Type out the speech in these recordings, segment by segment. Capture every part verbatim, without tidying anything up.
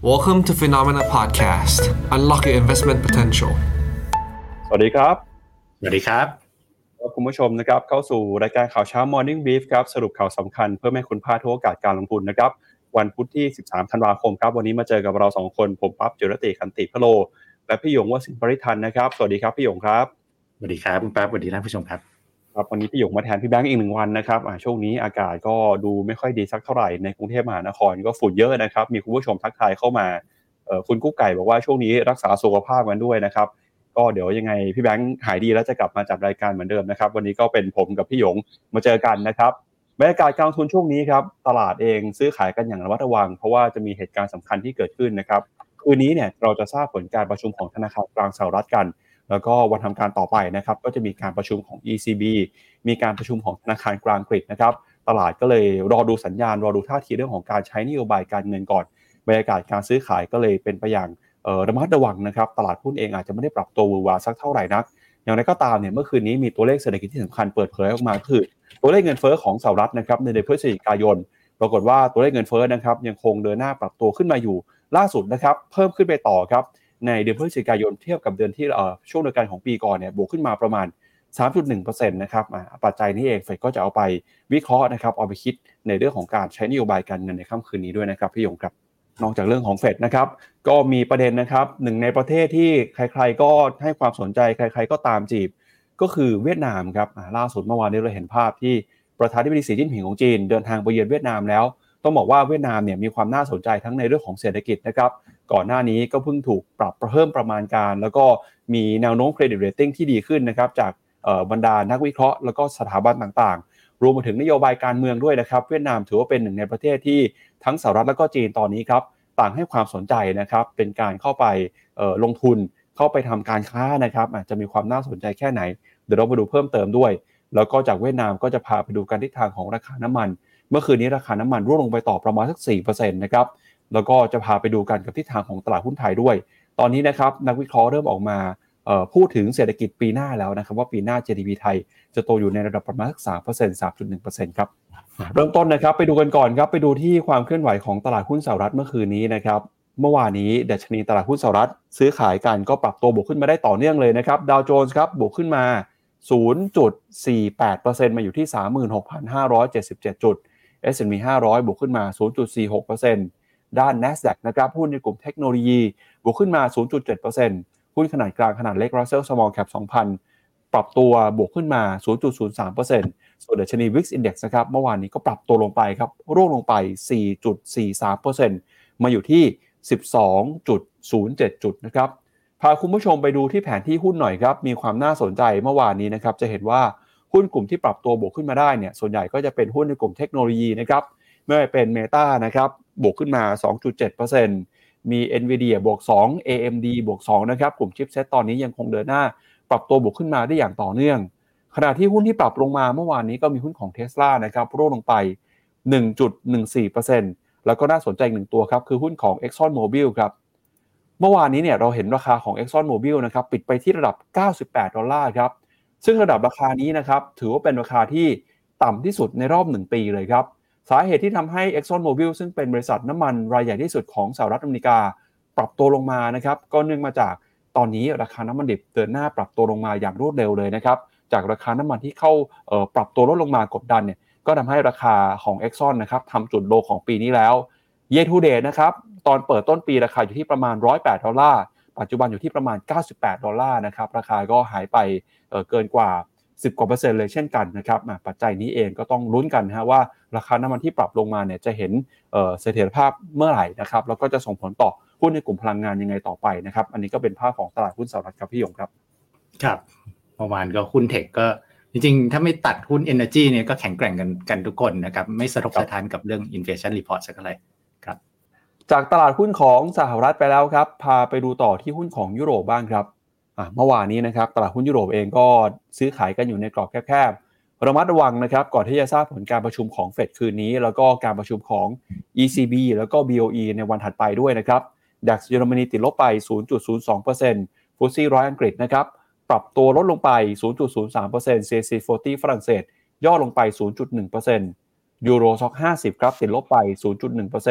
Welcome to Phenomena Podcast. Unlock your investment potential. สวัสดีครับสวัสดีครับคุณผู้ชมนะครับเข้าสู่รายการข่าวเช้า Morning Brief ครับสรุปข่าวสำคัญเพื่อให้คุณพลาดทุกโอกาสการลงทุนนะครับวันพุธที่สิบสามธันวาคมครับวันนี้มาเจอกับเราสองคนผมปั๊บจิรติขันติพโลและพี่หยงวสินทร์ปริทันนะครับสวัสดีครับพี่หยงครับสวัสดีครับคุณปั๊บสวัสดีท่านผู้ชมครับครับวันนี้พี่หยงมาแทนพี่แบงค์อีกหนึ่งวันนะครับอ่าช่วงนี้อากาศก็ดูไม่ค่อยดีสักเท่าไหร่ในกรุงเทพมหานครก็ฝุ่นเยอะนะครับมีคุณผู้ชมทักทายเข้ามาเอ่อคุณกุ๊กไก่บอกว่าช่วงนี้รักษาสุขภาพกันด้วยนะครับก็เดี๋ยวยังไงพี่แบงค์หายดีแล้วจะกลับมาจัดรายการเหมือนเดิมนะครับวันนี้ก็เป็นผมกับพี่หยงมาเจอกันนะครับบรรยากาศการลงทุนช่วงนี้ครับตลาดเองซื้อขายกันอย่างระมัดระวังเพราะว่าจะมีเหตุการณ์สำคัญที่เกิดขึ้นนะครับคืนนี้เนี่ยเราจะทราบผลการประชุมของธนาคารกลางสหรัฐกันแล้วก็วันทำการต่อไปนะครับก็จะมีการประชุมของ อี ซี บี มีการประชุมของธนาคารกลางอังกฤษนะครับตลาดก็เลยรอดูสัญญาณรอดูท่าทีเรื่องของการใช้นโยบายการเงินก่อนบรรยากาศการซื้อขายก็เลยเป็นไปอย่างเอ่อระมัดระวังนะครับตลาดหุ้นเองอาจจะไม่ได้ปรับตัวหวือหวาสักเท่าไหร่นักอย่างไรก็ตามเนี่ยเมื่อคืนนี้มีตัวเลขเศรษฐกิจที่สำคัญเปิดเผยออกมาคือตัวเลขเงินเฟ้อของสหรัฐนะครับในเดือนพฤศจิกายนปรากฏว่าตัวเลขเงินเฟ้อนะครับยังคงเดินหน้าปรับตัวขึ้นมาอยู่ล่าสุดนะครับเพิ่มขึ้นไปต่อครับในเดือนพฤศจิกายนเทียบกับเดือนที่เอ่อช่วงเดียวกันของปีก่อนเนี่ยบวกขึ้นมาประมาณ สามจุดหนึ่งเปอร์เซ็นต์ นะครับอ่าปัจจัยนี้เองเฟดก็จะเอาไปวิเคราะห์นะครับเอาไปคิดในเรื่องของการใช้นโยบายการเงินในค่ำคืนนี้ด้วยนะครับพี่หยงครับนอกจากเรื่องของเฟดนะครับก็มีประเด็นนะครับหนึ่งในประเทศที่ใครๆก็ให้ความสนใจใครๆก็ตามจีบก็คือเวียดนามครับล่าสุดเมื่อวานนี้เราเห็นภาพที่ประธานาธิบดีสีจิ้นผิงของจีนเดินทางไปเยือนเวียดนามแล้วต้องบอกว่าเวียดนามเนี่ยมีความน่าสนใจทั้งในเรื่องของเศรษฐกิจนะครับก่อนหน้านี้ก็เพิ่งถูกปรับเพิ่มประมาณการแล้วก็มีแนวโน้มเครดิตเรตติ้งที่ดีขึ้นนะครับจากบรรดานักวิเคราะห์แล้วก็สถาบันต่างๆรวมไปถึงนโยบายการเมืองด้วยนะครับเวียดนามถือว่าเป็นหนึ่งในประเทศที่ทั้งสหรัฐและก็จีนตอนนี้ครับต่างให้ความสนใจนะครับเป็นการเข้าไปลงทุนเข้าไปทำการค้านะครับอาจจะมีความน่าสนใจแค่ไหนเดี๋ยวเราไปดูเพิ่มเติมด้วยแล้วก็จากเวียดนามก็จะพาไปดูการทิศทางของราคาน้ำมันเมื่อคืนนี้ราคาน้ำมันร่วงลงไปต่อประมาณสัก สี่เปอร์เซ็นต์ นะครับแล้วก็จะพาไปดูกันกับทิศทางของตลาดหุ้นไทยด้วยตอนนี้นะครับนักวิเคราะห์เริ่มออกมาพูดถึงเศรษฐกิจปีหน้าแล้วนะครับว่าปีหน้า จี ดี พี ไทยจะโตอยู่ในระดับประมาณสัก สามเปอร์เซ็นต์ สามจุดหนึ่งเปอร์เซ็นต์ ครับเริ่มต้นนะครับไปดูกันก่อนครับไปดูที่ความเคลื่อนไหวของตลาดหุ้นสหรัฐเมื่อคืนนี้นะครับเมื่อวานนี้ดัชนีตลาดหุ้นสหรัฐซื้อขายกันก็ปรับตัวบวกขึ้นมาได้ต่อเนื่องเลยนะครับดาวโจนส์ครับบวกขึ้นมา ศูนย์จุดสี่แปดเปอร์เซ็นต์ มาอยู่ที่ สามหมื่นหกพันห้าร้อยเจ็ดสิบเจ็ด จุด เอส แอนด์ พี ห้าร้อยบวกขึ้นมา ศูนย์จุดสี่หกเปอร์เซ็นต์ ด้าน NASDAQ นะครับหุ้นในกลุ่มเทคโนโลยีบวกขึ้นมา ศูนย์จุดเจ็ดเปอร์เซ็นต์ หุ้นขนาดกลางขนาดเล็ก Russell Small Cap สองพัน ปรับตัวบวกขึ้นมา ศูนย์จุดศูนย์สามเปอร์เซ็นต์ ส่วนดัชนี วี ไอ เอ็กซ์ Index นะครับเมื่อวานนี้ก็ปรับตัวลงไปครับร่วงลงไป สี่จุดสี่สามเปอร์เซ็นต์ มาอยู่ที่ สิบสองจุดศูนย์เจ็ด จุดนะครับพาคุณผู้ชมไปดูที่แผนที่หุ้นหน่อยครับมีความน่าสนใจเมื่อวานนี้นะครับจะเห็นว่าหุ้นกลุ่มที่ปรับตัวบวกขึ้นมาได้เนี่ยส่วนใหญ่ก็จะเป็นหุ้นในกลุ่มเทคโนโลยีนะครับไม่ว่าเป็น Meta นะครับบวกขึ้นมา สองจุดเจ็ดเปอร์เซ็นต์ มี Nvidia บวกสอง เอ เอ็ม ดี บวกสองนะครับกลุ่มชิปเซ็ตตอนนี้ยังคงเดินหน้าปรับตัวบวกขึ้นมาได้อย่างต่อเนื่องขณะที่หุ้นที่ปรับลงมาเมื่อวานนี้ก็มีหุ้นของ Tesla นะครับร่วงลงไป หนึ่งจุดหนึ่งสี่เปอร์เซ็นต์ แล้วก็น่าสนใจอีกหนึ่งตัวครับคือหุ้นของ Exxon Mobil ครับเมื่อวานนี้เนี่ยเราเห็นราคาของ Exxon Mobil นะครับปิดไปที่ระดับเก้าสิบแปดดอลลาร์ครับซึ่งระดับราคานี้นะครับถือว่าเป็นราคาที่ต่ำที่สุดในรอบหนึ่งปีเลยครับสาเหตุที่ทำให้ Exxon Mobil ซึ่งเป็นบริษัทน้ำมันรายใหญ่ที่สุดของสหรัฐอเมริกาปรับตัวลงมานะครับก็เนื่องมาจากตอนนี้ราคาน้ำมันดิบเดินหน้าปรับตัวลงมาอย่างรวดเร็วเลยนะครับจากราคาน้ำมันที่เข้าเอ่อปรับตัวลดลงมากดดันเนี่ยก็ทำให้ราคาของ Exxon นะครับทำจุดโลของปีนี้แล้ว Year to date นะครับตอนเปิดต้นปีราคาอยู่ที่ประมาณหนึ่งร้อยแปดดอลลาร์ปัจจุบันอยู่ที่ประมาณเก้าสิบแปดดอลลาร์นะครับราคาก็หายไปเอ่อเกินกว่าสิบกว่าเปอร์เซ็นต์เลยเช่นกันนะครับปัจจัยนี้เองก็ต้องลุ้นกันนะว่าราคาน้ำมันที่ปรับลงมาเนี่ยจะเห็นเอ่อเสถียรภาพเมื่อไหร่นะครับแล้วก็จะส่งผลต่อหุ้นในกลุ่มพลังงานยังไงต่อไปนะครับอันนี้ก็เป็นภาพของตลาดหุ้นสหรัฐครับพี่หยงครับครับเมื่อวานก็หุ้นเทคก็จริงๆถ้าไม่ตัดหุ้น Energy เนี่ยก็แข็งแกร่งกันกันทุกคนนะครับไม่สะทกสะท้านกับเรื่อง Inflation Report สักเท่าไหร่ครับจากตลาดหุ้นของสหรัฐไปแล้วครับพาไปดูต่อที่หุ้นของยุโรปบ้างครับเมื่อวานนี้นะครับตลาดหุ้นยุโรปเองก็ซื้อขายกันอยู่ในกรอบแคบๆระมัดระวังนะครับก่อนที่จะทราบผลการประชุมของเฟดคืนนี้แล้วก็การประชุมของ อี ซี บี แล้วก็ บี โอ อี ในวันถัดไปด้วยนะครับ ดัค เยอรมนีติดลบไป ศูนย์จุดศูนย์สองเปอร์เซ็นต์ ฟุตซี่หนึ่งร้อยอังกฤษนะครับปรับตัวลดลงไป ศูนย์จุดศูนย์สามเปอร์เซ็นต์ ซี เอ ซี สี่สิบฝรั่งเศสย่อลงไป ศูนย์จุดหนึ่งเปอร์เซ็นต์ ยูโรซ็อกห้าสิบครับติดลบไป ศูนย์จุดหนึ่งเปอร์เซ็นต์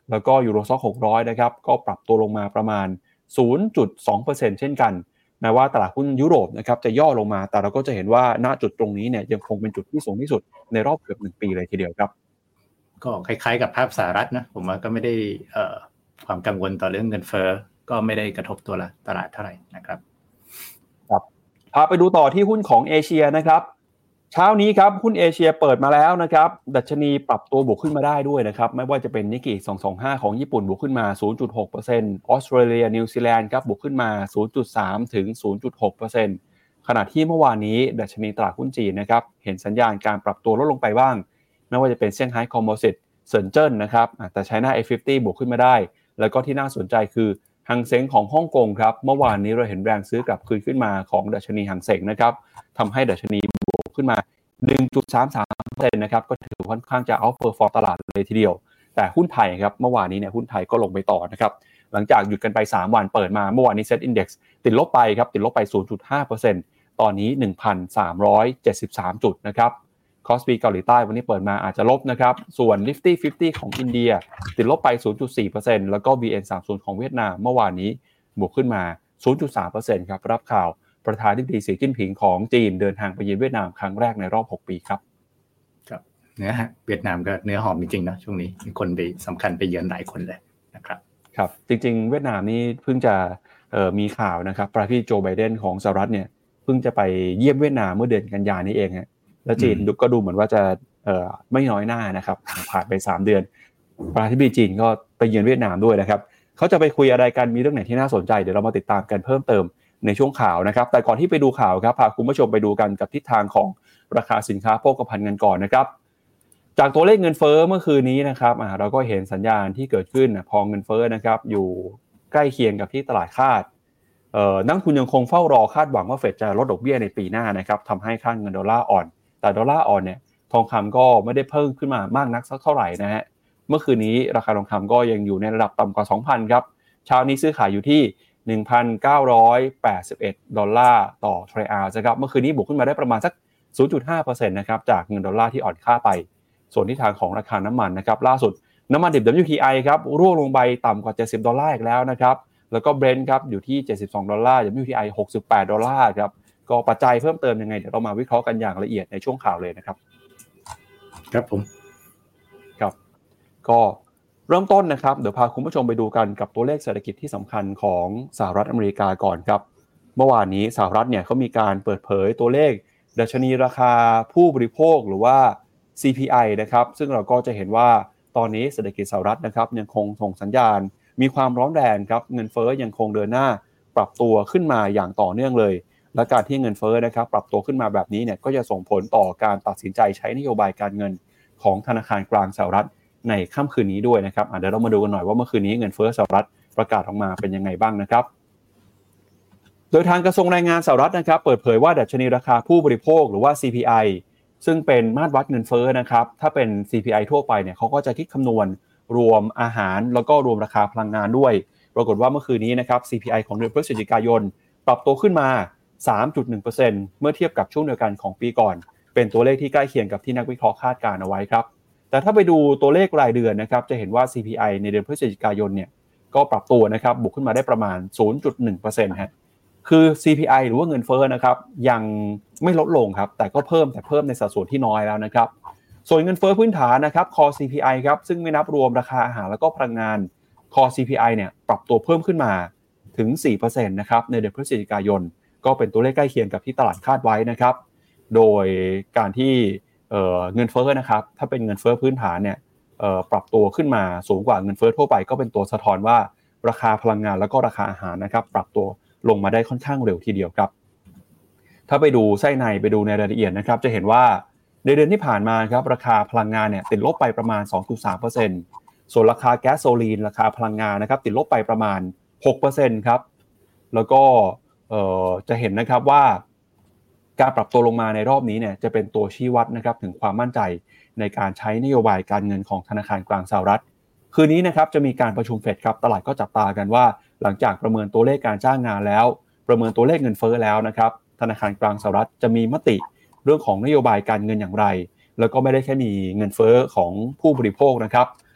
แล้วก็ยูโรซ็อกหกร้อยนะครับก็ปรับตัวลงมาประมาณ ศูนย์จุดสองเปอร์เซ็นต์ เช่นกันแม้ว่าตลาดหุ้นยุโรปนะครับจะย่อลงมาแต่เราก็จะเห็นว่าณจุดตรงนี้เนี่ยยังคงเป็นจุดที่สูงที่สุดในรอบเกือบหนึ่งปีเลยทีเดียวครับก็คล้ายๆกับภาพสหรัฐนะผมว่าก็ไม่ได้เอ่อความกังวลต่อเรื่องเงินเฟ้อก็ไม่ได้กระทบตัวละตลาดเท่าไหร่นะครับครับพาไปดูต่อที่หุ้นของเอเชียนะครับเช้านี้ครับหุ้นเอเชียเปิดมาแล้วนะครับดัชนีปรับตัวบวกขึ้นมาได้ด้วยนะครับไม่ว่าจะเป็นนิกเกิสองสองห้าของญี่ปุ่นบวกขึ้นมา ศูนย์จุดหกเปอร์เซ็นต์ ออสเตรเลียนิวซีแลนด์ครับบวกขึ้นมา ศูนย์จุดสาม ถึง ศูนย์จุดหกเปอร์เซ็นต์ ขณะที่เมื่อวานนี้ดัชนีตลาดหุ้นจีนนะครับเห็นสัญญาณการปรับตัวลดลงไปบ้างไม่ว่าจะเป็นเซี่ยงไฮ้คอมโพสิตเซินเจิ้นนะครับแต่ China เอ ห้าสิบ บวกขึ้นมาได้แล้วก็ที่น่าสนใจคือหังเส็งของฮ่องกงครับเมื่อวานนี้เราเห็นแรงซื้อกลับคืนขึ้นมาของดัชนีหังเส็งนะครับทำให้ดัชนีบวกขึ้นมา หนึ่งจุดสามสามเปอร์เซ็นต์ นะครับก็ถือค่อนข้างจะเอาท์เพอร์ฟอร์มตลาดเลยทีเดียวแต่หุ้นไทยครับเมื่อวานนี้เนี่ยหุ้นไทยก็ลงไปต่อนะครับหลังจากหยุดกันไปสามวันเปิดมาเมื่อวานนี้ Set Index ติดลบไปครับติดลบไป ศูนย์จุดห้าเปอร์เซ็นต์ ตอนนี้ หนึ่งพันสามร้อยเจ็ดสิบสาม จุดนะครับคอสปีเกาหลีใต้วันนี้เปิดมาอาจจะลบนะครับส่วน Nifty ห้าสิบของอินเดียติดลบไป ศูนย์จุดสี่เปอร์เซ็นต์ แล้วก็ บี เอ็น สามสิบ ของเวียดนามเมื่อวานนี้บวกขึ้นมา ศูนย์จุดสามเปอร์เซ็นต์ ครับรับข่าวประธานาธิบดีสีจิ้นผิงของจีนเดินทางไปเยือนเวียดนามครั้งแรกในรอบหกปีครับครับเนื้อฮะเวียดนามก็เนื้อหอมจริงๆนะช่วงนี้มีคนไปสำคัญไปเยือนหลายคนเลยนะครับครับจริงๆเวียดนามนี่เพิ่งจะเอ่อมีข่าวนะครับประธานาธิบดีโจไบเดนของสหรัฐเนี่ยเพิ่งจะไปเยี่ยมเวียดนามเมื่อเดือนกันยายนนี้เองฮะแล้วจีนก็ดูเหมือนว่าจะเอ่อไม่น้อยหน้านะครับผ่านไปสามเดือนประธานาธิบดีจีนก็ไปเยือนเวียดนามด้วยนะครับเขาจะไปคุยอะไรกันมีเรื่องไหนที่น่าสนใจเดี๋ยวเรามาติดตามกันเพิ่มเติมในช่วงข่าวนะครับแต่ก่อนที่ไปดูข่าวครับพาคุณผู้ชมไปดูกันกับทิศทางของราคาสินค้าโภคภัณฑ์กันก่อนนะครับจากตัวเลขเงินเฟ้อเมื่อคืนนี้นะครับอ่าเราก็เห็นสัญญาณที่เกิดขึ้นพอเงินเฟ้อนะครับอยู่ใกล้เคียงกับที่ตลาดคาดเอ่อนักทุนยังคงเฝ้ารอคาดหวังว่าเฟดจะลดดอกเบี้ยในปีหน้านะครับทำให้ค่าเงินดอลลาร์อ่อนแต่ดอลลาร์อ่อนเนี่ยทองคำก็ไม่ได้เพิ่มขึ้นมามากนักสักเท่าไหร่นะฮะเมื่อคืนนี้ราคาทองคำก็ยังอยู่ในระดับต่ำกว่า สองพัน ครับเช้านี้ซื้อขายอยู่ที่ หนึ่งพันเก้าร้อยแปดสิบเอ็ด ดอลลาร์ต่อทรัลล์นะครับเมื่อคืนนี้บวกขึ้นมาได้ประมาณสัก ศูนย์จุดห้าเปอร์เซ็นต์ นะครับจากเงินดอลลาร์ที่อ่อนค่าไปส่วนทิศทางของราคาน้ำมันนะครับล่าสุดน้ำมันดิบ ดับเบิลยู ที ไอ ครับร่วงลงไปต่ำกว่าเจ็ดสิบดอลลาร์อีกแล้วนะครับแล้วก็ Brent ครับอยู่ที่เจ็ดสิบสองดอลลาร์ ดับเบิลยู ที ไอ หกสิบแปดดอลลาร์ครับก็ปัจจัยเพิ่มเติมยังไงเดี๋ยวเรามาวิเคราะห์กันอย่างละเอียดในช่วงข่าวเลยนะครับครับผมครับก็เริ่มต้นนะครับเดี๋ยวพาคุณผู้ชมไปดูกันกับตัวเลขเศรษฐกิจที่สำคัญของสหรัฐอเมริกาก่อนครับเมื่อวานนี้สหรัฐเนี่ยเขามีการเปิดเผยตัวเลขดัชนีราคาผู้บริโภคหรือว่า ซี พี ไอ นะครับซึ่งเราก็จะเห็นว่าตอนนี้เศรษฐกิจสหรัฐนะครับยังคงส่งสัญญาณมีความร้อนแรงครับเงินเฟ้อยังคงเดินหน้าปรับตัวขึ้นมาอย่างต่อเนื่องเลยและการที่เงินเฟ้อนะครับปรับตัวขึ้นมาแบบนี้เนี่ยก็จะส่งผลต่อการตัดสินใจใช้นโยบายการเงินของธนาคารกลางสหรัฐในค่ำคืนนี้ด้วยนะครับเดี๋ยวเรามาดูกันหน่อยว่าเมื่อคืนนี้เงินเฟ้อสหรัฐประกาศออกมาเป็นยังไงบ้างนะครับโดยทางกระทรวงแรงงานสหรัฐนะครับเปิดเผยว่าดัชนีราคาผู้บริโภคหรือว่า ซี พี ไอ ซึ่งเป็นมาตรวัดเงินเฟ้อนะครับถ้าเป็น ซี พี ไอ ทั่วไปเนี่ยเขาก็จะคิดคำนวณรวมอาหารแล้วก็รวมราคาพลังงานด้วยปรากฏว่าเมื่อคืนนี้นะครับ ซี พี ไอ ของเดือนพฤศจิกายนปรับตัวขึ้นมา สามจุดหนึ่งเปอร์เซ็นต์ เมื่อเทียบกับช่วงเดียวกันของปีก่อนเป็นตัวเลขที่ใกล้เคียงกับที่นักวิเคราะห์คาดการณ์เอาไว้ครับแต่ถ้าไปดูตัวเลขรายเดือนนะครับจะเห็นว่า ซี พี ไอ ในเดือนพฤศจิกายนเนี่ยก็ปรับตัวนะครับบวกขึ้นมาได้ประมาณ ศูนย์จุดหนึ่งเปอร์เซ็นต์ ฮะคือ ซี พี ไอ หรือว่าเงินเฟ้อนะครับยังไม่ลดลงครับแต่ก็เพิ่มแต่เพิ่มในสัดส่วนที่น้อยแล้วนะครับส่วนเงินเฟ้อพื้นฐานนะครับ Core ซี พี ไอ ครับซึ่งไม่นับรวมราคาอาหารแล้วก็พลังงาน Core ซี พี ไอ เนี่ยปรับตัวเพิ่มขึ้นมาถึง สี่เปอร์เซ็นต์ นะครับในเดือนพฤศจิกายนก็เป็นตัวเลขใกล้เคียงกับที่ตลาดคาดไว้นะครับโดยการที่เอ่อเงินเฟ้อนะครับถ้าเป็นเงินเฟ้อพื้นฐานเนี่ยเอ่อปรับตัวขึ้นมาสูงกว่าเงินเฟ้อทั่วไปก็เป็นตัวสะท้อนว่าราคาพลังงานแล้วก็ราคาอาหารนะครับปรับตัวลงมาได้ค่อนข้างเร็วทีเดียวครับถ้าไปดูไส้ในไปดูในรายละเอียดนะครับจะเห็นว่าในเดือนที่ผ่านมาครับราคาพลังงานเนี่ยติดลบไปประมาณ สองจุดสามเปอร์เซ็นต์ ส่วนราคาแก๊สโซลีนราคาพลังงานนะครับติดลบไปประมาณ หกเปอร์เซ็นต์ ครับแล้วก็เอ่อจะเห็นนะครับว่าการปรับตัวลงมาในรอบนี้เนี่ยจะเป็นตัวชี้วัดนะครับถึงความมั่นใจในการใช้นโยบายการเงินของธนาคารกลางสหรัฐคืนนี้นะครับจะมีการประชุมเฟดครับตลาดก็จับตากันว่าหลังจากประเมินตัวเลขการจ้างงานแล้วประเมินตัวเลขเงินเฟ้อแล้วนะครับธนาคารกลางสหรัฐจะมีมติเรื่องของนโยบายการเงินอย่างไรแล้วก็ไม่ได้แค่มีเงินเฟ้อของผู้บริโภคนะครับ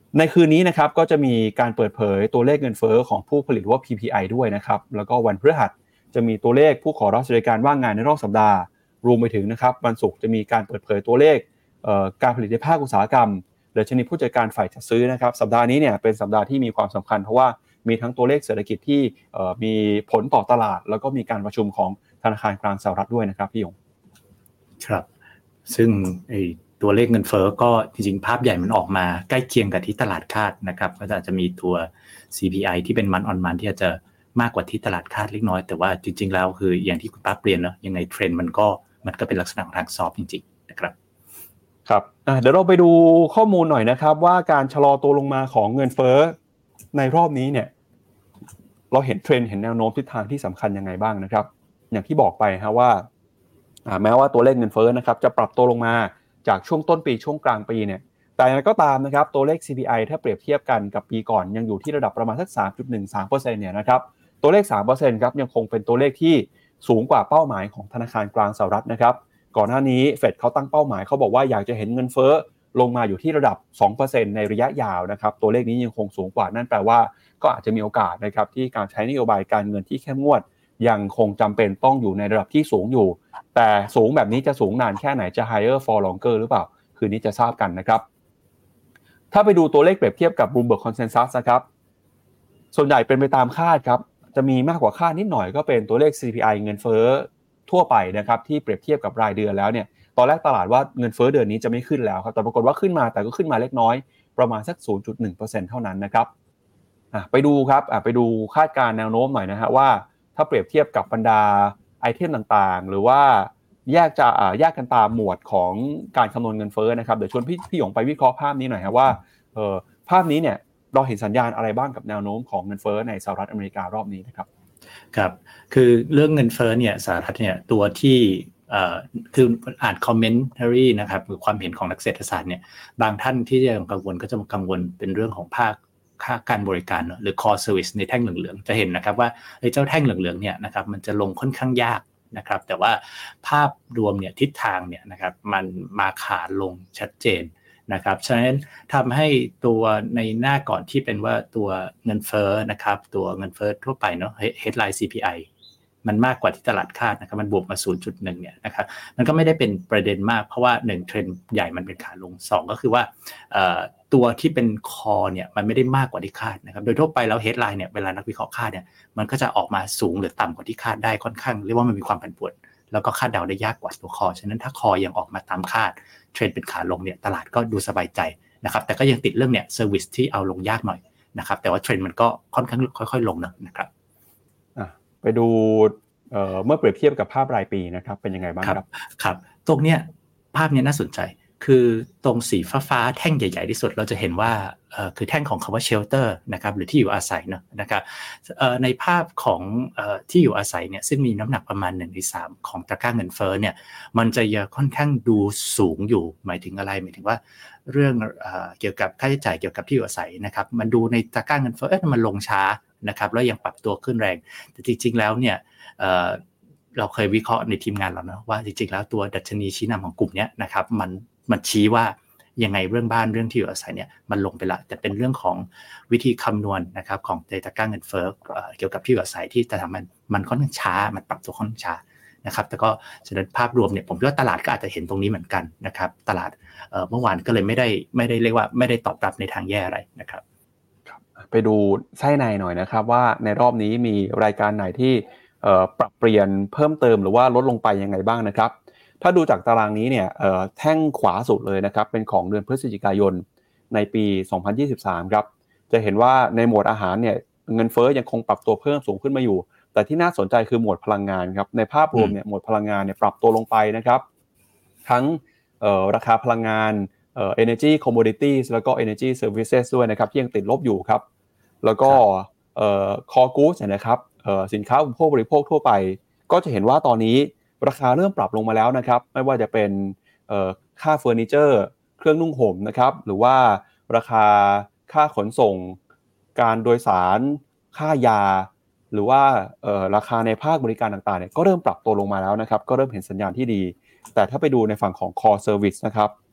ในคืนนี้นะครับก็จะมีการเปิดเผยตัวเลขเงินเฟ้อของผู้ผลิตว่า พี พี ไอ ด้วยนะครับแล้วก็วันพฤหัสจะมีตัวเลขผู้ขอรับสวัสดิการว่างงานในรอบสัปดาห์รวมไปถึงนะครับวันศุกร์จะมีการเปิดเผยตัวเลขการผลิตในภาคอุตสาหกรรมดัชนีผู้จัดการฝ่ายจัดซื้อนะครับสัปดาห์นี้เนี่ยเป็นสัปดาห์ที่มีความสำคัญเพราะว่ามีทั้งตัวเลขเศรษฐกิจที่มีผลต่อตลาดแล้วก็มีการประชุมของธนาคารกลางสหรัฐด้วยนะครับพี่ยงครับซึ่งไอ้ตัวเลขเงินเฟ้อก็จริงๆภาพใหญ่มันออกมาใกล้เคียงกับที่ตลาดคาดนะครับก็อาจจะมีตัว ซี พี ไอ ที่เป็นมันออนมันที่อาจจะมากกว่าที่ตลาดคาดเล็กน้อยแต่ว่าจริงๆแล้วคืออย่างที่คุณป๊าเปลี่ยนเนาะยังไงเทรนด์มันก็มันก็เป็นลักษณะของทางซอฟต์จริงๆนะครับครับเดี๋ยวเราไปดูข้อมูลหน่อยนะครับว่าการชะลอตัวลงมาของเงินเฟ้อในรอบนี้เนี่ยเราเห็นเทรนด์เห็นแนวโน้มทิศทางที่สำคัญยังไงบ้างนะครับอย่างที่บอกไปฮะว่าแม้ว่าตัวเลขเงินเฟ้อนะครับจะปรับตัวลงมาจากช่วงต้นปีช่วงกลางปีเนี่ยแต่อย่างไรก็ตามนะครับตัวเลข ซี พี ไอ ถ้าเปรียบเทียบกันกับปีก่อนยังอยู่ที่ระดับประมาณสัก สามจุดหนึ่งสามเปอร์เซ็นต์ เนี่ยนะครับตัวเลข สามเปอร์เซ็นต์ ครับยังคงเป็นตัวเลขที่สูงกว่าเป้าหมายของธนาคารกลางสหรัฐนะครับก่อนหน้านี้เฟดเขาตั้งเป้าหมายเขาบอกว่าอยากจะเห็นเงินเฟ้อลงมาอยู่ที่ระดับ สองเปอร์เซ็นต์ ในระยะยาวนะครับตัวเลขนี้ยังคงสูงกว่านั่นแปลว่าก็อาจจะมีโอกาสนะครับที่การใช้นโยบายการเงินที่เข้มงวดยังคงจำเป็นต้องอยู่ในระดับที่สูงอยู่แต่สูงแบบนี้จะสูงนานแค่ไหนจะ higher for longer หรือเปล่าคืนนี้จะทราบกันนะครับถ้าไปดูตัวเลขเปรียบเทียบกับ Bloomberg Consensus นะครับส่วนใหญ่เป็นไปตามคาดครับจะมีมากกว่าคาดนิดหน่อยก็เป็นตัวเลข ซี พี ไอ เงินเฟ้อทั่วไปนะครับที่เปรียบเทียบกับรายเดือนแล้วเนี่ยตอนแรกตลาดว่าเงินเฟ้อเดือนนี้จะไม่ขึ้นแล้วครับแต่ปรากฏว่าขึ้นมาแต่ก็ขึ้นมาเล็กน้อยประมาณสัก ศูนย์จุดหนึ่งเปอร์เซ็นต์ เท่านั้นนะครับอ่ะไปดูครับอ่ะไปดูคาดการณ์แนวโน้มหน่อยนะฮะว่าถ้าเปรียบเทียบกับบรรดาไอเทมต่างๆหรือว่าแยกจะอ่าแยกกันตามหมวดของการคำนวณเงินเฟ้อนะครับเดี๋ยวชวนพี่พี่หยงไปวิเคราะห์ภาพนี้หน่อยครับว่าเอ่อภาพนี้เนี่ยเราเห็นสัญญาณอะไรบ้างกับแนวโน้มของเงินเฟ้อในสหรัฐอเมริการอบนี้นะครับครับคือเรื่องเงินเฟ้อเนี่ยสหรัฐเนี่ยตัวที่เอ่อคืออ่านคอมเมนต์รี่นะครับหรือความเห็นของนักเศรษฐศาสตร์เนี่ยบางท่านที่ยังกังวลก็จะกังวลเป็นเรื่องของภาคค่าการบริการหรือ core service ในแท่งเหลืองๆจะเห็นนะครับว่าไอ้เจ้าแท่งเหลืองๆเนี่ยนะครับมันจะลงค่อนข้างยากนะครับแต่ว่าภาพรวมเนี่ยทิศทางเนี่ยนะครับมันมาขาลงชัดเจนนะครับฉะนั้นทำให้ตัวในหน้าก่อนที่เป็นว่าตัวเงินเฟ้อนะครับตัวเงินเฟ้อทั่วไปเนาะ headline ซี พี ไอ มันมากกว่าที่ตลาดคาดนะครับมันบวกมา ศูนย์จุดหนึ่ง เนี่ยนะครับมันก็ไม่ได้เป็นประเด็นมากเพราะว่าหนึ่งเทรนด์ใหญ่มันเป็นขาลงสองก็คือว่าตัวที่เป็นคอเนี่ยมันไม่ได้มากกว่าที่คาดนะครับโดยทั่วไปแล้ว headline เนี่ยเวลานักวิเคราะห์คาดเนี่ยมันก็จะออกมาสูงหรือต่ำกว่าที่คาดได้ค่อนข้างเรียกว่ามันมีความผันผวนแล้วก็คาดเดาได้ยากกว่าตัวคอฉะนั้นถ้าคอยังออกมาตามคาดเทรนด์เป็นขาลงเนี่ยตลาดก็ดูสบายใจนะครับแต่ก็ยังติดเรื่องเนี่ยเซอร์วิสที่เอาลงยากหน่อยนะครับแต่ว่าเทรนด์มันก็ค่อนข้างค่อยๆลงนะครับไปดูเอ่อเมื่อเปรียบเทียบกับภาพรายปีนะครับเป็นยังไงบ้างครับครับตรงเนี้ยภาพนี้น่าสนใจคือตรงสีฟ้าๆแท่งใหญ่ๆที่สุดเราจะเห็นว่าเอ่อคือแท่งของคำว่า shelter นะครับหรือที่อยู่อาศัยเนาะนะครับเอ่อในภาพของเอ่อที่อยู่อาศัยเนี่ยซึ่งมีน้ำหนักประมาณหนึ่งในสามของตะกร้าเงินเฟ้อเนี่ยมันจะค่อนข้างดูสูงอยู่หมายถึงอะไรหมายถึงว่าเรื่องเอ่อเกี่ยวกับค่าใช้จ่ายเกี่ยวกับที่อยู่อาศัยนะครับมันดูในตะกร้าเงินเฟ้อเอ๊ะมันลงช้านะครับแล้วยังปรับตัวขึ้นแรงแต่จริงๆแล้วเนี่ยเอ่อเราเคยวิเคราะห์ในทีมงานเรานะว่าจริงๆแล้วตัวดัชนีชี้นำของกลุ่มนี้นะครับมันมันชี้ว่ายังไงเรื่องบ้านเรื่องที่อยู่อาศัยเนี่ยมันลงไปละแต่เป็นเรื่องของวิธีคำนวณนะครับของตะกร้าเงินเฟ้อเกี่ยวกับที่อยู่อาศัยที่จะทำมันมันค่อนข้างช้ามันปรับตัวค่อนข้างช้านะครับแต่ก็ฉะนั้นภาพรวมเนี่ยผมคิดว่าตลาดก็อาจจะเห็นตรงนี้เหมือนกันนะครับตลาดเมื่อวานก็เลยไม่ได้ไม่ได้เรียกว่าไม่ได้ตอบรับในทางแย่อะไรนะครับไปดูไส้ในหน่อยนะครับว่าในรอบนี้มีรายการไหนที่ปรับเปลี่ยนเพิ่มเติมหรือว่าลดลงไปยังไงบ้างนะครับถ้าดูจากตารางนี้เนี่ยแท่งขวาสุดเลยนะครับเป็นของเดือนพฤศจิกายนในปีสองพันยี่สิบสามครับจะเห็นว่าในหมวดอาหารเนี่ยเงินเฟ้อยังคงปรับตัวเพิ่มสูงขึ้นมาอยู่แต่ที่น่าสนใจคือหมวดพลังงานครับในภาพรวมเนี่ยหมวดพลังงานเนี่ยปรับตัวลงไปนะครับทั้งราคาพลังงานเอ่อ energy commodities แล้วก็ energy services ด้วยนะครับที่ยังติดลบอยู่ครับแล้วก็เอ่อ core goods เนี่ยนะครับเอ่อสินค้าอุปโภคบริโภคทั่วไปก็จะเห็นว่าตอนนี้ราคาเริ่มปรับลงมาแล้วนะครับไม่ว่าจะเป็นเอ่อค่าเฟอร์นิเจอร์เครื่องนุ่งห่มนะครับหรือว่าราคาค่าขนส่งการโดยสารค่ายาหรือว่าเอ่อราคาในภาคบริการต่างๆเนี่ยก็เริ่มปรับตัวลงมาแล้วนะครับก็เริ่มเห็นสัญญาณที่ดีแต่ถ้าไปดูในฝั่งของ core service นะครับ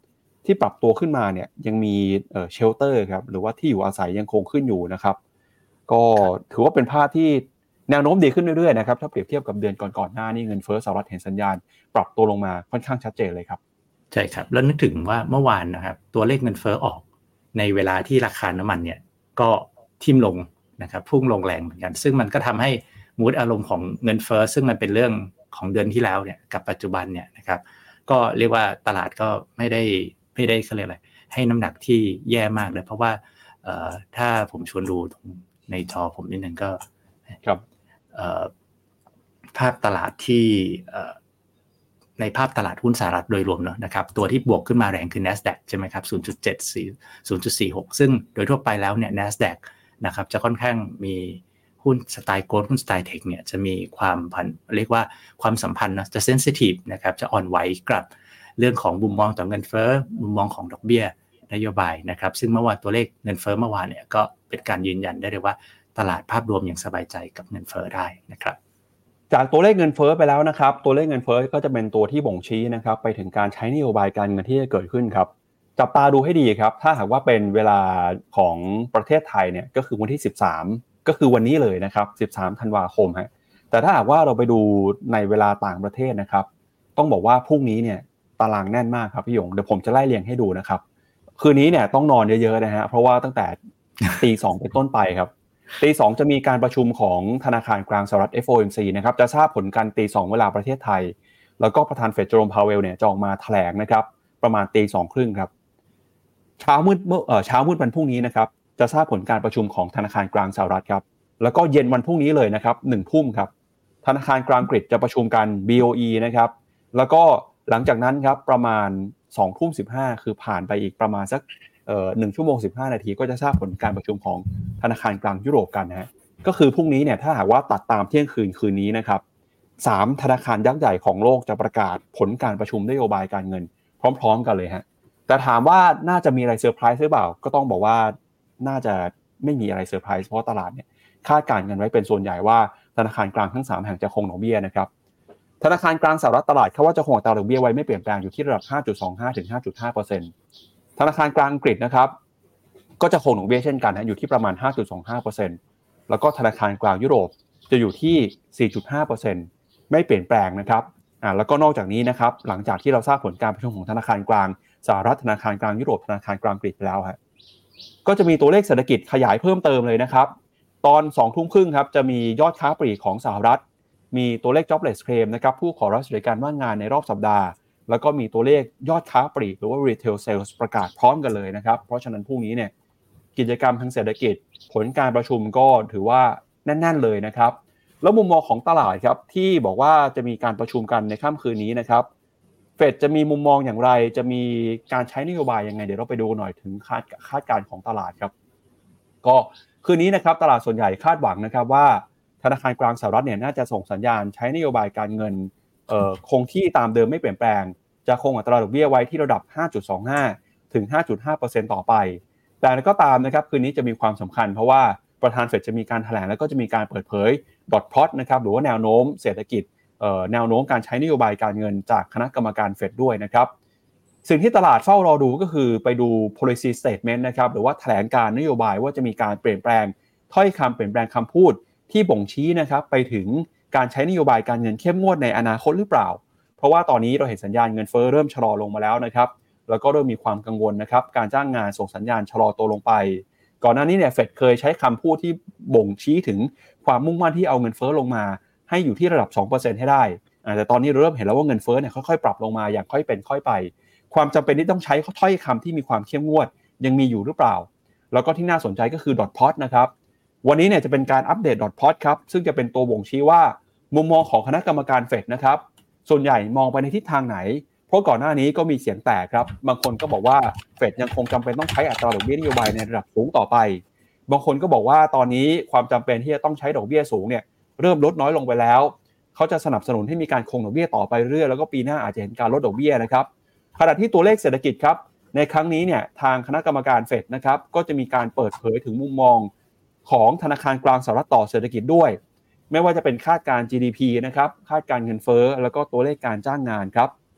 ที่ปรับตัวขึ้นมาเนี่ยยังมีเอ่อเชลเตอร์ครับหรือว่าที่อยู่อาศัยยังคงขึ้นอยู่นะครับก็ถือว่าเป็นภาพที่แนวโน้มดีขึ้นเรื่อยๆนะครับถ้าเปรียบเทียบกับเดือนก่อนๆหน้านี่เงินเฟ้อสหรัฐเห็นสัญญาณปรับตัวลงมาค่อนข้างชัดเจนเลยครับใช่ครับแล้วนึกถึงว่าเมื่อวานนะครับตัวเลขเงินเฟ้อออกในเวลาที่ราคาน้ำมันเนี่ยก็ทิ่มลงนะครับพุ่งลงแรงเหมือนกันซึ่งมันก็ทำให้มูดอารมณ์ของเงินเฟ้อซึ่งมันเป็นเรื่องของเดือนที่แล้วเนี่ยกับปัจจุบันเนี่ยนะครับก็เรียกว่าตลาดก็ไม่ได้ไม่ได้เขาเรียกอะไรให้น้ำหนักที่แย่มากเลยเพราะว่าเอ่อถ้าผมชวนดูในจอผมนิดนึงก็ครับเอ่อภาพตลาดที่เอ่อในภาพตลาดหุ้นสหรัฐโดยรวมเนอะนะครับตัวที่บวกขึ้นมาแรงคือ NASDAQ ใช่ไหมครับ ศูนย์จุดเจ็ดสี่ ศูนย์จุดสี่หก ซึ่งโดยทั่วไปแล้วเนี่ย NASDAQ นะครับจะค่อนข้างมีหุ้นสไตล์โกลด์หุ้นสไตล์เทคเนี่ยจะมีความพันเรียกว่าความสัมพันธ์นะจะเซนซิทีฟนะครับจะอ่อนไหวกับเรื่องของมุมมองต่อเงินเฟ้อมุมมองของดอกเบี้ยนโยบายนะครับซึ่งเมื่อวานตัวเลขเงินเฟ้อเมื่อวานเนี่ยก็เป็นการยืนยันได้เลยว่าตลาดภาพรวมยังสบายใจกับเงินเฟ้อได้นะครับจากตัวเลขเงินเฟ้อไปแล้วนะครับตัวเลขเงินเฟ้อก็จะเป็นตัวที่บ่งชี้นะครับไปถึงการใช้นโยบายการเงินที่จะเกิดขึ้นครับจับตาดูให้ดีครับถ้าหากว่าเป็นเวลาของประเทศไทยเนี่ยก็คือวันที่สิบสามก็คือวันนี้เลยนะครับสิบสามธันวาคมฮะแต่ถ้าหากว่าเราไปดูในเวลาต่างประเทศนะครับต้องบอกว่าพรุ่งนี้เนี่ยตารางแน่นมากครับพี่หยงเดี๋ยวผมจะไล่เรียงให้ดูนะครับคืนนี้เนี่ยต้องนอนเยอะๆนะฮะเพราะว่าตั้งแต่ตีสองเป็นต้นไปครับตีสองจะมีการประชุมของธนาคารกลางสหรัฐ เอฟ โอ เอ็ม ซี นะครับจะทราบผลกันตีสองเวลาประเทศไทยแล้วก็ประธานเฟดเจอโรมพาวเวลเนี่ยจะออกมาแถลงนะครับประมาณตีสองครึ่งครับเช้ามืดเมื่อเอ่อเช้ามืดวันพรุ่งนี้นะครับจะทราบผลการประชุมของธนาคารกลางสหรัฐครับแล้วก็เย็นวันพรุ่งนี้เลยนะครับหนึ่งทุ่มครับธนาคารกลางอังกฤษจะประชุมกัน บี โอ อี นะครับแล้วก็หลังจากนั้นครับประมาณสองทุ่มสิบห้าคือผ่านไปอีกประมาณสักเอ่อหนึ่งชั่วโมงสิบห้านาทีก็จะทราบผลการประชุมของธนาคารกลางยุโรปกันนะฮะก็คือพรุ่งนี้เนี่ยถ้าหากว่าตัดตามเที่ยงคืนคืนนี้นะครับสามธนาคารยักษ์ใหญ่ของโลกจะประกาศผลการประชุมนโยบายการเงินพร้อมๆกันเลยฮะแต่ถามว่าน่าจะมีอะไรเซอร์ไพรส์หรือเปล่าก็ต้องบอกว่าน่าจะไม่มีอะไรเซอร์ไพรส์เพราะตลาดเนี่ยคาดการณ์กันไว้เป็นส่วนใหญ่ว่าธนาคารกลางทั้งสามแห่งจะคงดอกเบี้ยนะครับธนาคารกลางสหรัฐตลาดคาดว่าจะคงอัตราดอกเบี้ยไว้ไม่เปลี่ยนแปลงอยู่ที่ระดับ ห้าจุดสองห้า ถึง ห้าจุดห้าเปอร์เซ็นต์ ธนาคารกลางอังกฤษนะครับก็จะคงดอกเบี้ยเช่นกันนะอยู่ที่ประมาณ ห้าจุดสองห้าเปอร์เซ็นต์ แล้วก็ธนาคารกลางยุโรปจะอยู่ที่ สี่จุดห้าเปอร์เซ็นต์ ไม่เปลี่ยนแปลงนะครับอ่าแล้วก็นอกจากนี้นะครับหลังจากที่เราทราบผลการประชุมของธนาคารกลางสหรัฐธนาคารกลางยุโรปธนาคารกลางอังกฤษไปแล้วฮะก็จะมีตัวเลขเศรษฐกิจขยายเพิ่มเติมเลยนะครับตอน สองทุ่มครึ่งครับจะมียอดค้าปลีกของสหรัฐมีตัวเลข jobless claim นะครับผู้ขอรับสวัสดิการว่างงานในรอบสัปดาห์แล้วก็มีตัวเลขยอดค้าปลีกหรือว่า retail sales ประกาศพร้อมกันเลยนะครับเพราะฉะนั้นพรุ่งนี้เนี่ยกิจกรรมทางเศรษฐกิจผลการประชุมก็ถือว่าแน่นๆเลยนะครับแล้วมุมมองของตลาดครับที่บอกว่าจะมีการประชุมกันในค่ำคืนนี้นะครับเฟดจะมีมุมมองอย่างไรจะมีการใช้นโยบายยังไงเดี๋ยวเราไปดูหน่อยถึงคาดคาดการณ์ของตลาดครับก็คืนนี้นะครับตลาดส่วนใหญ่คาดหวังนะครับว่าธนาคารกลางสหรัฐเนี่ยน่าจะส่งสัญญาณใช้นโยบายการเงินเอ่อคงที่ตามเดิมไม่เปลี่ยนแปลงจะคงอัตราดอกเบี้ยไว้ที่ระดับ ห้าจุดสองห้า ถึง ห้าจุดห้าเปอร์เซ็นต์ ต่อไปแต่ก็ตามนะครับคืนนี้จะมีความสำคัญเพราะว่าประธานเฟดจะมีการแถลงแล้วก็จะมีการเปิดเผยดอทพลอตนะครับหรือว่าแนวโน้มเศรษฐกิจเอ่อแนวโน้มการใช้นโยบายการเงินจากคณะกรรมการเฟดด้วยนะครับสิ่งที่ตลาดเฝ้ารอดูก็คือไปดู policy statement นะครับหรือว่าแถลงการนโยบายว่าจะมีการเปลี่ยนแปลงถ้อยคำเปลี่ยนแปลงคำพูดที่บ่งชี้นะครับไปถึงการใช้นโยบายการเงินเข้มงวดในอนาคตหรือเปล่าเพราะว่าตอนนี้เราเห็นสัญญาณเงินเฟ้อเริ่มชะลอลงมาแล้วนะครับแล้วก็เริ่มมีความกังวลนะครับการจ้างงานส่งสัญญาณชะลอตัวลงไปก่อนหน้านี้เนี่ยเฟดเคยใช้คำพูดที่บ่งชี้ถึงความมุ่งมั่นที่เอาเงินเฟ้อลงมาให้อยู่ที่ระดับ สองเปอร์เซ็นต์ ให้ได้แต่ตอนนี้เริ่มเห็นแล้วว่าเงินเฟ้อเนี่ยค่อยๆปรับลงมาอย่างค่อยเป็นค่อยไปความจำเป็นที่ต้องใช้ถ้อยคำที่มีความเข้มงวดยังมีอยู่หรือเปล่าแล้วก็ที่น่าสนใจก็คือดอทพลอตนะครับวันนี้เนี่ยจะเป็นการอัปเดตดอทพลอตครับซึ่งจะเป็นตัวบ่งชี้ว่ามุมมองของคณะกรรมการเฟดนะครับส่วนใหญ่มองไปในทิศทางไหนเพราะก่อนหน้านี้ก็มีเสียงแตกครับบางคนก็บอกว่าเฟดยังคงจำเป็นต้องใช้อัตราดอกเบี้ยนโยบายในระดับสูงต่อไปบางคนก็บอกว่าตอนนี้ความจำเป็นที่จะต้องใช้ดอกเบี้ยสูงเนี่ยเริ่มลดน้อยลงไปแล้วเขาจะสนับสนุนให้มีการคงดอกเบี้ยต่อไปเรื่อยแล้วก็ปีหน้าอาจจะเห็นการลดดอกเบี้ยนะครับขณะที่ตัวเลขเศรษฐกิจครับในครั้งนี้เนี่ยทางคณะกรรมการเฟดนะครับก็จะมีการเปิดเผยถึงมุมมองของธนาคารกลางสหรัฐต่อเศรษฐกิจด้วยไม่ว่าจะเป็นคาดการณ์ จี ดี พี นะครับคาดการณ์เงินเฟ้อแล้วก็ตัวเลขการจ้างงานครับ